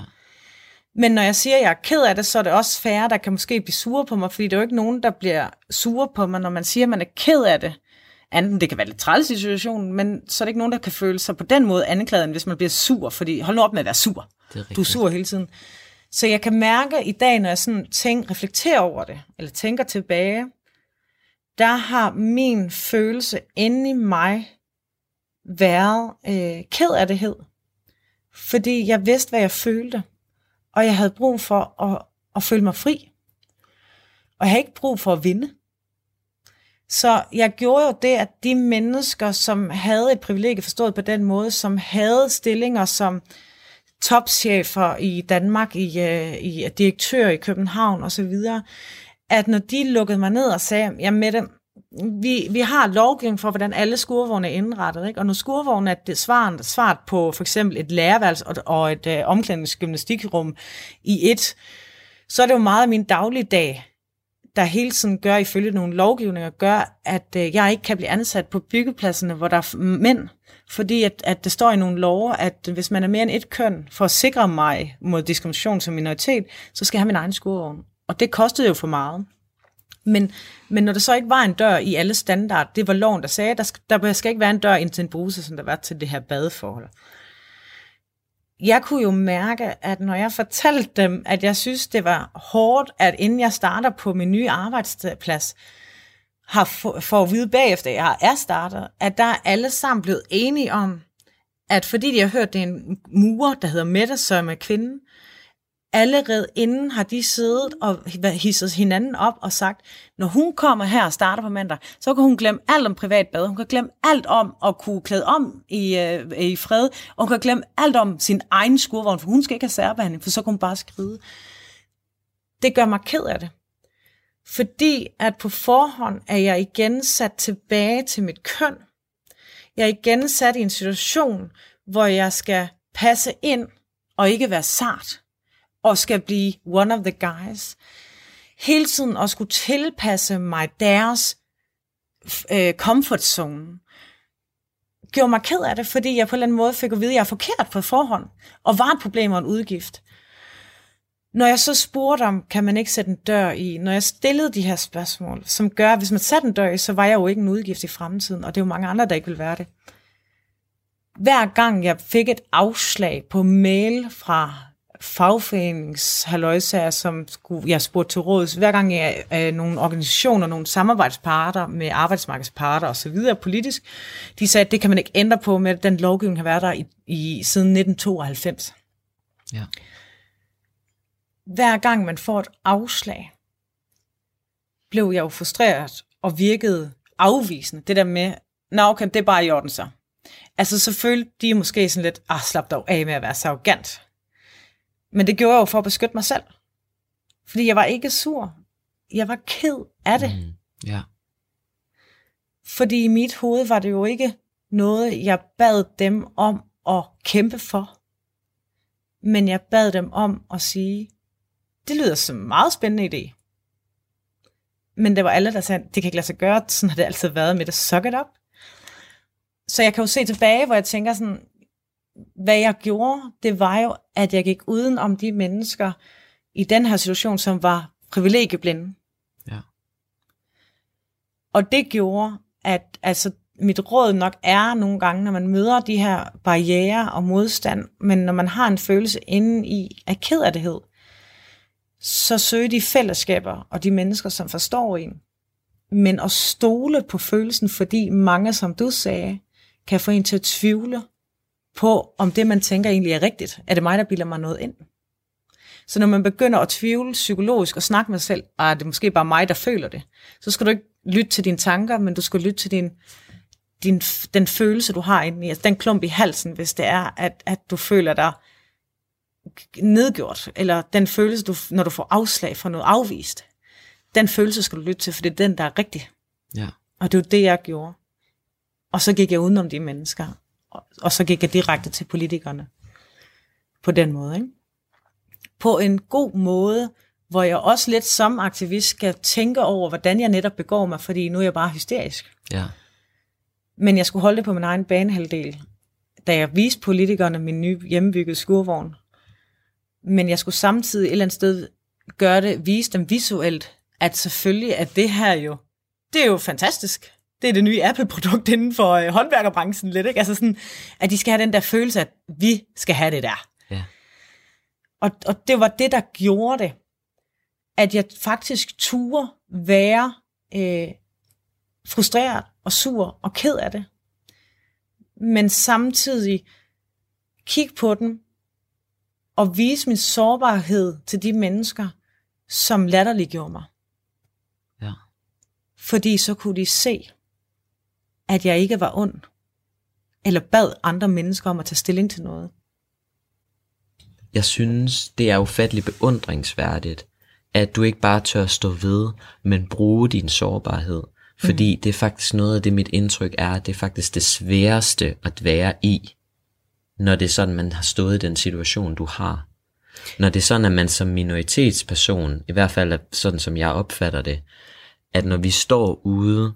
Men når jeg siger, at jeg er ked af det, så er det også færre, der kan måske blive sure på mig, fordi der er jo ikke nogen, der bliver sure på mig, når man siger, at man er ked af det. Anden, det kan være lidt træls i situationen, men så er det ikke nogen, der kan føle sig på den måde anklaget, end hvis man bliver sur, fordi hold nu op med at være sur. Du er sur hele tiden. Så jeg kan mærke i dag, når jeg sådan tænker, reflekterer over det, eller tænker tilbage, der har min følelse inde i mig været øh, ked af det hed. Fordi jeg vidste, hvad jeg følte, og jeg havde brug for at, at føle mig fri. Og jeg havde ikke brug for at vinde. Så jeg gjorde jo det, at de mennesker, som havde et privilegie forstået på den måde, som havde stillinger som topchefer i Danmark, i, i direktør i København osv., at når de lukkede mig ned og sagde, jamen Mette, vi, vi har lovgivning for, hvordan alle skurvogne er indrettet, ikke? Og når skurvogne er det svaret, svaret på for eksempel et lærerværelse og, og et øh, omklædningsgymnastikrum i et, så er det jo meget af min dagligdag, der hele tiden gør, ifølge nogle lovgivninger, gør, at øh, jeg ikke kan blive ansat på byggepladserne, hvor der er mænd. Fordi at, at det står i nogle lover, at hvis man er mere end et køn, for at sikre mig mod diskrimination som minoritet, så skal jeg have min egen skurvogn. Og det kostede jo for meget. Men, men når der så ikke var en dør i alle standard, det var loven, der sagde, der skal, der skal ikke være en dør ind til en bruse, som der var til det her badeforhold. Jeg kunne jo mærke, at når jeg fortalte dem, at jeg synes, det var hårdt, at inden jeg starter på min nye arbejdsplads, har for, for at vide bagefter, at jeg er startet, at der er alle sammen blevet enige om, at fordi de har hørt, det er en murer, der hedder Mette, som er kvinde, allerede inden har de siddet og hisset hinanden op og sagt, når hun kommer her og starter på mandag, så kan hun glemme alt om privat bad, hun kan glemme alt om at kunne klæde om i, øh, i fred, og hun kan glemme alt om sin egen skurvogn, for hun skal ikke have særbehandling, for så kan hun bare skride. Det gør mig ked af det. Fordi at på forhånd er jeg igen sat tilbage til mit køn. Jeg er igen sat i en situation, hvor jeg skal passe ind og ikke være sart. Og skal blive one of the guys. Hele tiden at skulle tilpasse mig deres øh, comfort zone. gjorde mig ked af det, fordi jeg på en eller anden måde fik at vide, at jeg er forkert på forhånd, og var et problem og en udgift. Når jeg så spurgte om, kan man ikke sætte en dør i, når jeg stillede de her spørgsmål, som gør, at hvis man satte en dør i, så var jeg jo ikke en udgift i fremtiden, og det er jo mange andre, der ikke vil være det. Hver gang jeg fik et afslag på mail fra fagforeningshalløjsager, som skulle, jeg spurgte til råds, hver gang jeg øh, nogle organisationer, nogle samarbejdsparter med arbejdsmarkedsparter og så videre politisk, de sagde, at det kan man ikke ændre på med, at den lovgivning har været der i, i siden nitten tooghalvfems. Ja. Hver gang man får et afslag, blev jeg jo frustreret og virkede afvisende. Det der med, nå okay, det er bare i orden så. Altså så følte de måske sådan lidt, ah slap dog af med at være så arrogant. Men det gjorde jeg jo for at beskytte mig selv. Fordi jeg var ikke sur. Jeg var ked af det. Mm, ja. Fordi i mit hoved var det jo ikke noget, jeg bad dem om at kæmpe for. Men jeg bad dem om at sige, det lyder som en meget spændende idé. Men det var alle, der sagde, det kan ikke lade sig gøre, sådan har det altid været med det, suck it up. Så jeg kan jo se tilbage, hvor jeg tænker sådan, hvad jeg gjorde, det var jo, at jeg gik uden om de mennesker i den her situation, som var privilegieblinde. Ja. Og det gjorde, at altså, mit råd nok er nogle gange, når man møder de her barrierer og modstand, men når man har en følelse inde i af kederlighed, så søger de fællesskaber og de mennesker, som forstår en. Men at stole på følelsen, fordi mange, som du sagde, kan få en til at tvivle på, om det, man tænker egentlig er rigtigt. Er det mig, der bilder mig noget ind? Så når man begynder at tvivle psykologisk og snakke med sig selv, ah, det er måske bare mig, der føler det, så skal du ikke lytte til dine tanker, men du skal lytte til din, din, den følelse, du har inde i, altså den klump i halsen, hvis det er, at, at du føler dig nedgjort, eller den følelse, du, når du får afslag for noget afvist. Den følelse skal du lytte til, for det er den, der er rigtig. Ja. Og det var det, jeg gjorde. Og så gik jeg udenom de mennesker, og, og så gik jeg direkte til politikerne. På den måde, ikke? På en god måde, hvor jeg også lidt som aktivist skal tænke over, hvordan jeg netop begår mig, fordi nu er jeg bare hysterisk. Ja. Men jeg skulle holde det på min egen banehalvdel, da jeg viste politikerne min nye hjemmebyggede skurvogn. Men jeg skulle samtidig et eller andet sted gøre det, vise dem visuelt, at selvfølgelig er det her jo, det er jo fantastisk. Det er det nye Apple-produkt inden for øh, håndværkerbranchen lidt, ikke? Altså sådan, at de skal have den der følelse, at vi skal have det der. Ja. Og, og det var det, der gjorde det, at jeg faktisk turde være øh, frustreret og sur og ked af det. Men samtidig kigge på den og vise min sårbarhed til de mennesker, som latterliggjorde mig. Ja. Fordi så kunne de se, at jeg ikke var ond, eller bad andre mennesker om at tage stilling til noget. Jeg synes, det er ufatteligt beundringsværdigt, at du ikke bare tør stå ved, men bruge din sårbarhed. Fordi mm. det er faktisk noget af det, mit indtryk er, at det er faktisk det sværeste at være i, når det er sådan, man har stået i den situation, du har. Når det er sådan, at man som minoritetsperson, i hvert fald sådan som jeg opfatter det, at når vi står ude,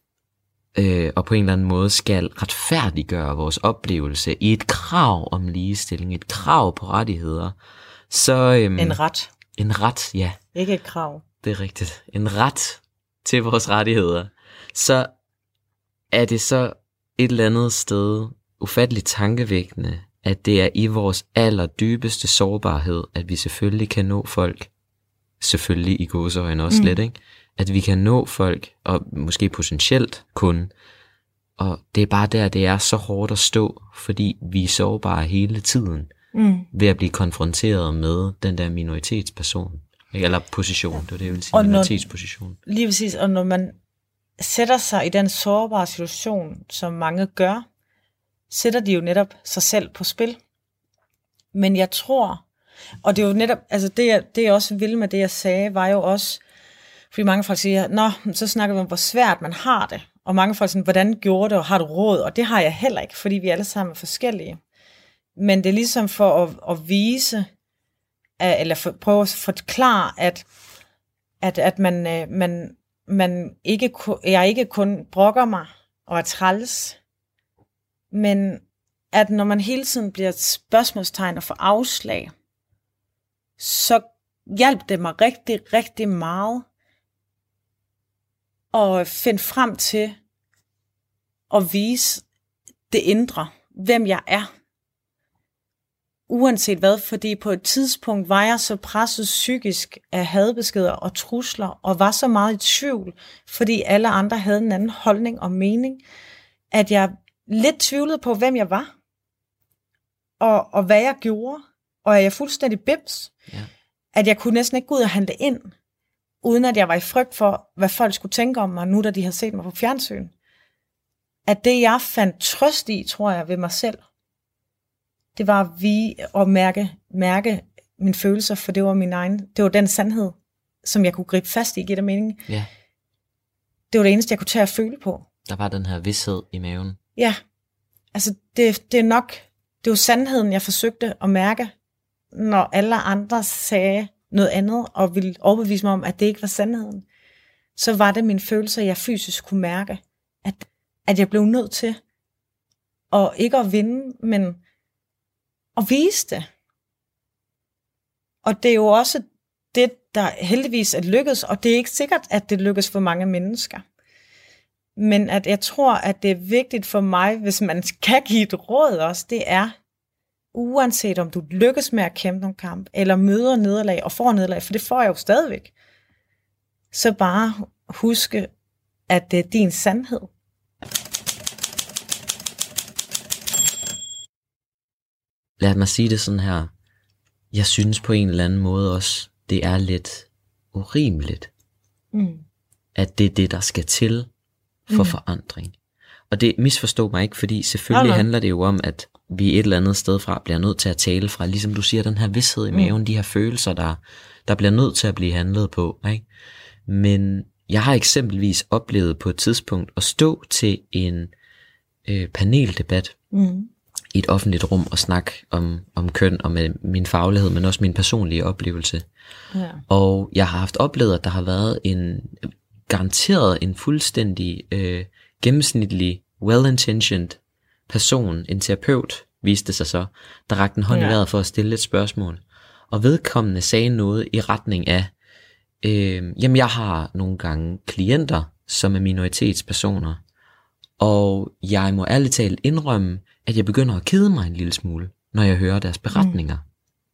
øh, og på en eller anden måde skal retfærdiggøre vores oplevelse i et krav om ligestilling, et krav på rettigheder, så... Øhm, en ret. En ret, ja. Ikke et krav. Det er rigtigt. En ret til vores rettigheder. Så er det så et eller andet sted ufatteligt tankevækkende, at det er i vores allerdybeste sårbarhed, at vi selvfølgelig kan nå folk, selvfølgelig i gåseøjne også mm. lidt, ikke? At vi kan nå folk, og måske potentielt kun, og det er bare der, det er så hårdt at stå, fordi vi er sårbare hele tiden, mm. ved at blive konfronteret med den der minoritetsperson, eller position, det var det, jeg ville sige, minoritetsposition. Lige præcis, og når man sætter sig i den sårbare situation, som mange gør, sætter de jo netop sig selv på spil. Men jeg tror, og det er jo netop, altså det jeg, det jeg også vil med det, jeg sagde, var jo også, fordi mange folk siger, nå, så snakker vi om, hvor svært man har det. Og mange folk siger, hvordan gjorde det, og har du råd? Og det har jeg heller ikke, fordi vi alle sammen er forskellige. Men det er ligesom for at, at vise, eller for, prøve at forklare, at, at, at man, man, man ikke, jeg ikke kun brokker mig og er træls, Men at når man hele tiden bliver et spørgsmålstegn og får afslag, så hjalp det mig rigtig, rigtig meget at finde frem til at vise det indre, hvem jeg er. Uanset hvad, fordi på et tidspunkt var jeg så presset psykisk af hadbeskeder og trusler, og var så meget i tvivl, fordi alle andre havde en anden holdning og mening, at jeg lidt tvivlede på, hvem jeg var, og, og hvad jeg gjorde, og at jeg fuldstændig bims, ja. At jeg kunne næsten ikke gå ud og handle ind, uden at jeg var i frygt for, hvad folk skulle tænke om mig, nu da de havde set mig på fjernsyn. At det, jeg fandt trøst i, tror jeg, ved mig selv, det var vi at mærke, mærke mine følelser, for det var min egen, det var den sandhed, som jeg kunne gribe fast i, giver det mening. Ja. Det var det eneste, jeg kunne tage at føle på. Der var den her vished i maven. Ja, altså det, det er nok, det var sandheden, jeg forsøgte at mærke, når alle andre sagde noget andet, og ville overbevise mig om, at det ikke var sandheden. Så var det mine følelser, jeg fysisk kunne mærke, at, at jeg blev nødt til, og ikke at vinde, men at vise det. Og det er jo også det, der heldigvis er lykkedes, og det er ikke sikkert, at det lykkes for mange mennesker. Men at jeg tror, at det er vigtigt for mig, hvis man kan give et råd også, det er, uanset om du lykkes med at kæmpe nogle kamp, eller møder nederlag og får nederlag, for det får jeg jo stadigvæk, så bare huske, at det er din sandhed. Lad mig sige det sådan her. Jeg synes på en eller anden måde også, det er lidt urimeligt, mm. at det er det, der skal til for mm. forandring. Og det misforstår mig ikke, fordi selvfølgelig okay. handler det jo om, at vi et eller andet sted fra bliver nødt til at tale fra, ligesom du siger, den her vished i maven, mm. de her følelser, der, der bliver nødt til at blive handlet på. Ikke? Men jeg har eksempelvis oplevet på et tidspunkt at stå til en øh, paneldebat, mm. i et offentligt rum og snakke om, om køn og med min faglighed, men også min personlige oplevelse. Ja. Og jeg har haft oplevet, at der har været en garanteret en fuldstændig øh, gennemsnitlig, well-intentioned person, en terapeut, viste sig så, der rakte en hånd ja. i vejret for at stille et spørgsmål. Og vedkommende sagde noget i retning af, øh, jamen jeg har nogle gange klienter, som er minoritetspersoner, og jeg må ærligt talt indrømme, at jeg begynder at kede mig en lille smule, når jeg hører deres beretninger. Mm.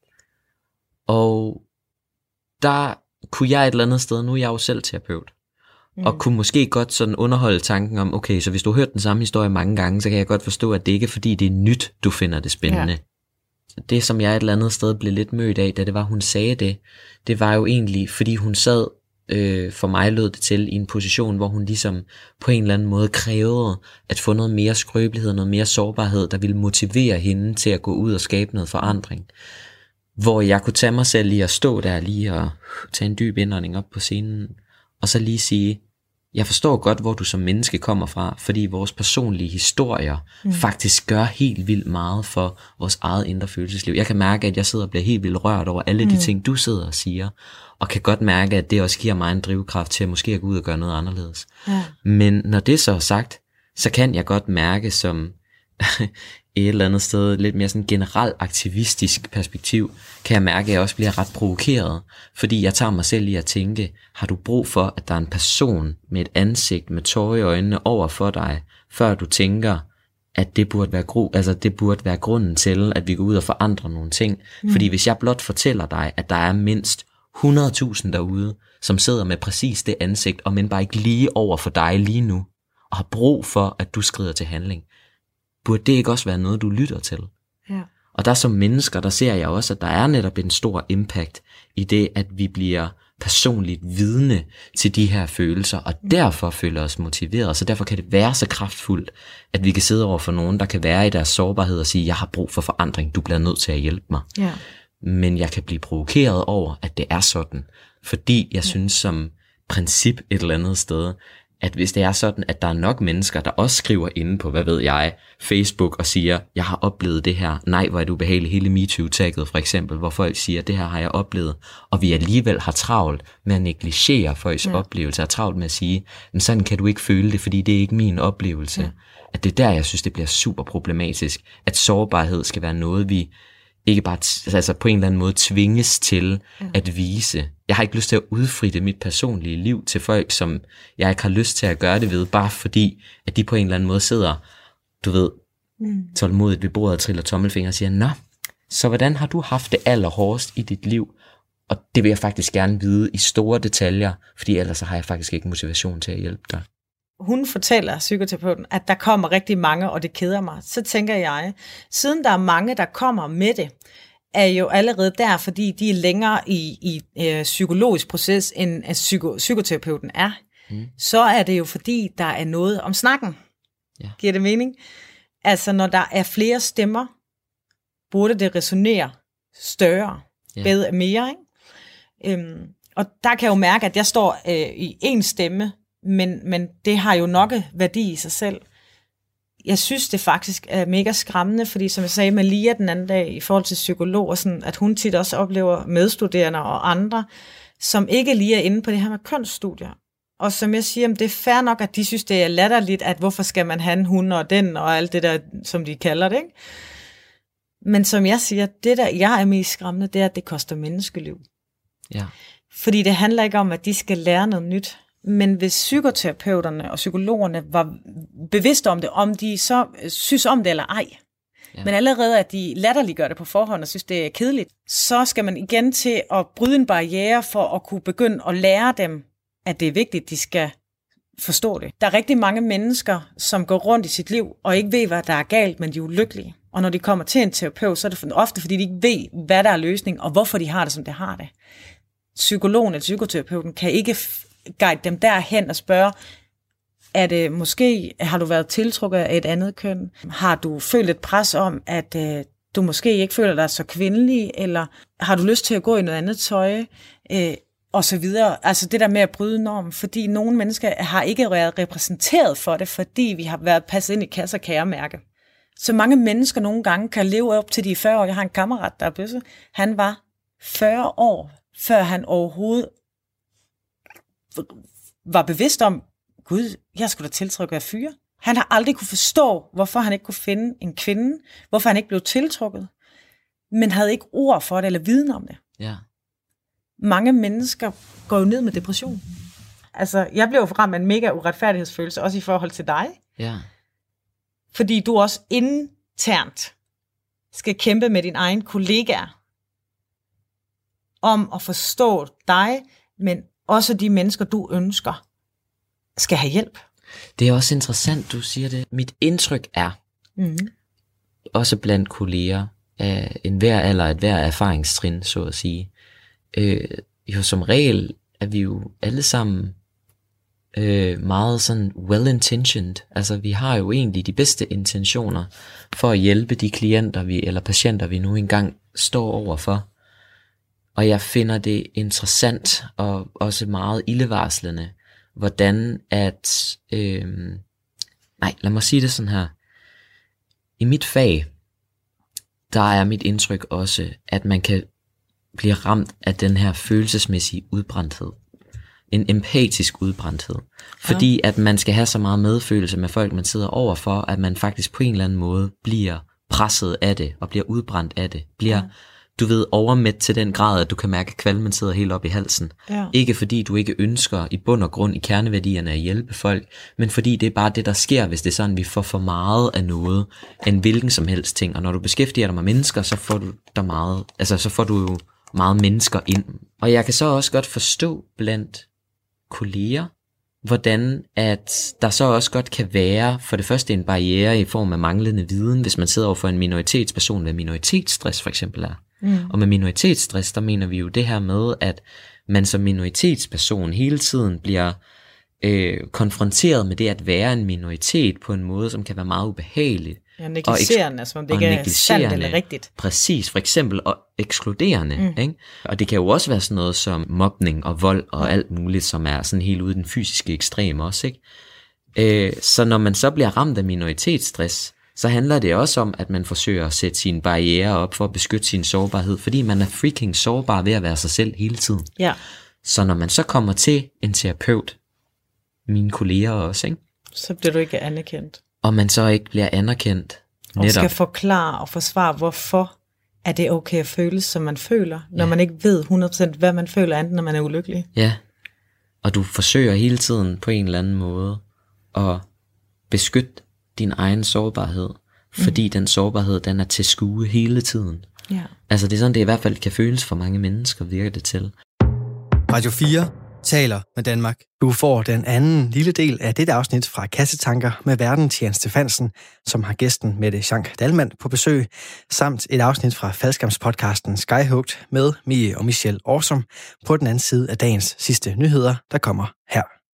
Og der kunne jeg et eller andet sted, nu er jeg jo selv terapeut, mm. og kunne måske godt sådan underholde tanken om, okay, så hvis du har hørt den samme historie mange gange, så kan jeg godt forstå, at det ikke er fordi, det er nyt, du finder det spændende. Ja. Det, som jeg et eller andet sted blev lidt mødt af, da det var, hun sagde det, det var jo egentlig, fordi hun sad, øh, for mig lød det til, i en position, hvor hun ligesom på en eller anden måde krævede at få noget mere skrøbelighed, noget mere sårbarhed, der ville motivere hende til at gå ud og skabe noget forandring. Hvor jeg kunne tage mig selv i at stå der lige og tage en dyb indånding op på scenen, og så lige sige, jeg forstår godt, hvor du som menneske kommer fra, fordi vores personlige historier mm. faktisk gør helt vildt meget for vores eget indre følelsesliv. Jeg kan mærke, at jeg sidder og bliver helt vildt rørt over alle mm. de ting, du sidder og siger, og kan godt mærke, at det også giver mig en drivkraft til at måske at gå ud og gøre noget anderledes. Ja. Men når det så er sagt, så kan jeg godt mærke som et eller andet sted lidt mere sådan generelt aktivistisk perspektiv, kan jeg mærke, at jeg også bliver ret provokeret, fordi jeg tager mig selv i at tænke, har du brug for, at der er en person med et ansigt, med tårer i øjnene over for dig, før du tænker, at det burde være, gru- altså det burde være grunden til, at vi går ud og forandrer nogle ting. Mm. Fordi hvis jeg blot fortæller dig, at der er mindst hundrede tusind derude, som sidder med præcis det ansigt, og men bare ikke lige over for dig lige nu, og har brug for, at du skrider til handling, burde det ikke også være noget, du lytter til? Ja. Og der som mennesker, der ser jeg også, at der er netop en stor impact i det, at vi bliver personligt vidne til de her følelser, og derfor føler os motiveret. Så derfor kan det være så kraftfuldt, at vi kan sidde over for nogen, der kan være i deres sårbarhed og sige, jeg har brug for forandring, du bliver nødt til at hjælpe mig. Ja. Men jeg kan blive provokeret over, at det er sådan, fordi jeg ja. synes som princip et eller andet sted, at hvis det er sådan, at der er nok mennesker, der også skriver inde på, hvad ved jeg, Facebook og siger, jeg har oplevet det her, nej, hvor er det ubehageligt, hele MeToo-tagget for eksempel, hvor folk siger, det her har jeg oplevet, og vi alligevel har travlt med at negligere folks ja. oplevelse, har travlt med at sige, men sådan kan du ikke føle det, fordi det er ikke min oplevelse. Ja. At det er der, jeg synes, det bliver super problematisk, at sårbarhed skal være noget, vi ikke bare t- altså på en eller anden måde tvinges til ja. at vise. Jeg har ikke lyst til at udfritte mit personlige liv til folk, som jeg ikke har lyst til at gøre det ved, bare fordi, at de på en eller anden måde sidder, du ved, mm. tålmodigt ved bordet og triller tommelfinger og siger, nå, så hvordan har du haft det allerhårdest i dit liv? Og det vil jeg faktisk gerne vide i store detaljer, fordi ellers så har jeg faktisk ikke motivation til at hjælpe dig. Hun fortæller, psykoterapeuten, at der kommer rigtig mange, og det keder mig. Så tænker jeg, siden der er mange, der kommer med det, er jo allerede der, fordi de er længere i, i øh, psykologisk proces, end psyko, psykoterapeuten er. Mm. Så er det jo fordi, der er noget om snakken. Ja. Giver det mening? Altså, når der er flere stemmer, burde det resonere større, ja. bedre, mere. Ikke? Øhm, og der kan jeg jo mærke, at jeg står øh, i én stemme, Men, men det har jo nok værdi i sig selv. Jeg synes, det faktisk er mega skræmmende, fordi som jeg sagde med Lia den anden dag, i forhold til psykologer, sådan, at hun tit også oplever medstuderende og andre, som ikke lige er inde på det her med kønsstudier. Og som jeg siger, det er fair nok, at de synes, det er latterligt, at hvorfor skal man have en hund og den, og alt det der, som de kalder det, ikke? Men som jeg siger, det der, jeg er mest skræmmende, det er, at det koster menneskeliv. Ja. Fordi det handler ikke om, at de skal lære noget nyt. Men hvis psykoterapeuterne og psykologerne var bevidste om det, om de så synes om det eller ej, ja. men allerede at de latterliggør det på forhånd og synes, det er kedeligt, så skal man igen til at bryde en barriere for at kunne begynde at lære dem, at det er vigtigt, de skal forstå det. Der er rigtig mange mennesker, som går rundt i sit liv og ikke ved, hvad der er galt, men de er ulykkelige. Og når de kommer til en terapeut, så er det ofte, fordi de ikke ved, hvad der er løsning, og hvorfor de har det, som de har det. Psykologen eller psykoterapeuten kan ikke guide dem derhen og spørge, er det måske, har du været tiltrukket af et andet køn? Har du følt et pres om, at øh, du måske ikke føler dig så kvindelig, eller har du lyst til at gå i noget andet tøj, øh, og så videre. Altså det der med at bryde normen, fordi nogle mennesker har ikke været repræsenteret for det, fordi vi har været passet ind i kasse og kæremærke. Så mange mennesker nogle gange kan leve op til de fyrre år. Jeg har en kammerat, der er bøsse. Han var fyrre år, før han overhovedet var bevidst om, gud, jeg skulle da tiltrukket af fyre. Han har aldrig kunne forstå, hvorfor han ikke kunne finde en kvinde, hvorfor han ikke blev tiltrukket, men havde ikke ord for det, eller viden om det. Ja. Mange mennesker går jo ned med depression. Altså, jeg blev jo ramt af en mega uretfærdighedsfølelse, også i forhold til dig. Ja. Fordi du også internt skal kæmpe med dine egne kollegaer om at forstå dig, men også de mennesker, du ønsker, skal have hjælp. Det er også interessant, du siger det. Mit indtryk er, mm-hmm. også blandt kolleger, af en hver alder, et hver erfaringstrin, så at sige. Øh, jo som regel er vi jo alle sammen øh, meget sådan well-intentioned. Altså vi har jo egentlig de bedste intentioner for at hjælpe de klienter, vi eller patienter, vi nu engang står overfor. Og jeg finder det interessant og også meget ildevarslende, hvordan at, øh, nej lad mig sige det sådan her, i mit fag, der er mit indtryk også, at man kan blive ramt af den her følelsesmæssige udbrændthed. En empatisk udbrændthed. Fordi ja. at man skal have så meget medfølelse med folk, man sidder overfor, at man faktisk på en eller anden måde bliver presset af det, og bliver udbrændt af det. Bliver, ja. du ved, overmæt til den grad, at du kan mærke, at kvalmen sidder helt op i halsen. Ja. Ikke fordi du ikke ønsker i bund og grund i kerneværdierne at hjælpe folk, men fordi det er bare det, der sker, hvis det er sådan, vi får for meget af noget, end hvilken som helst ting. Og når du beskæftiger dig med mennesker, så får du der meget, altså så får du jo meget mennesker ind. Og jeg kan så også godt forstå blandt kolleger, hvordan at der så også godt kan være for det første en barriere i form af manglende viden, hvis man sidder over for en minoritetsperson, hvad minoritetsstress for eksempel er. Mm. Og med minoritetsstress, der mener vi jo det her med, at man som minoritetsperson hele tiden bliver øh, konfronteret med det at være en minoritet på en måde, som kan være meget ubehageligt. Ja, negligerende, som om det ikke er sandt eller rigtigt. Præcis, for eksempel, og ekskluderende. Mm. Ikke? Og det kan jo også være sådan noget som mobning og vold og alt muligt, som er sådan helt ude i den fysiske ekstrem også. Ikke? Øh, så når man så bliver ramt af minoritetsstress, så handler det også om, at man forsøger at sætte sine barrierer op for at beskytte sin sårbarhed, fordi man er freaking sårbar ved at være sig selv hele tiden. Ja. Så når man så kommer til en terapeut, mine kolleger også, ikke? Så bliver du ikke anerkendt. Og man så ikke bliver anerkendt. Og netop. skal forklare og forsvare, hvorfor er det okay at føle, som man føler, når ja. man ikke ved hundrede procent, hvad man føler, enten når man er ulykkelig. Ja, og du forsøger hele tiden på en eller anden måde at beskytte din egen sårbarhed, fordi mm. den sårbarhed, den er til skue hele tiden. Ja. Altså det er sådan, det i hvert fald kan føles for mange mennesker, virker det til. Radio fire taler med Danmark. Du får den anden lille del af dette afsnit fra Kassetanker med værten Tjern Stefansen, som har gæsten Mette Schack Dalman på besøg, samt et afsnit fra faldskærmspodcasten Skyhugt med Mie og Michelle Årsom på den anden side af dagens sidste nyheder, der kommer her.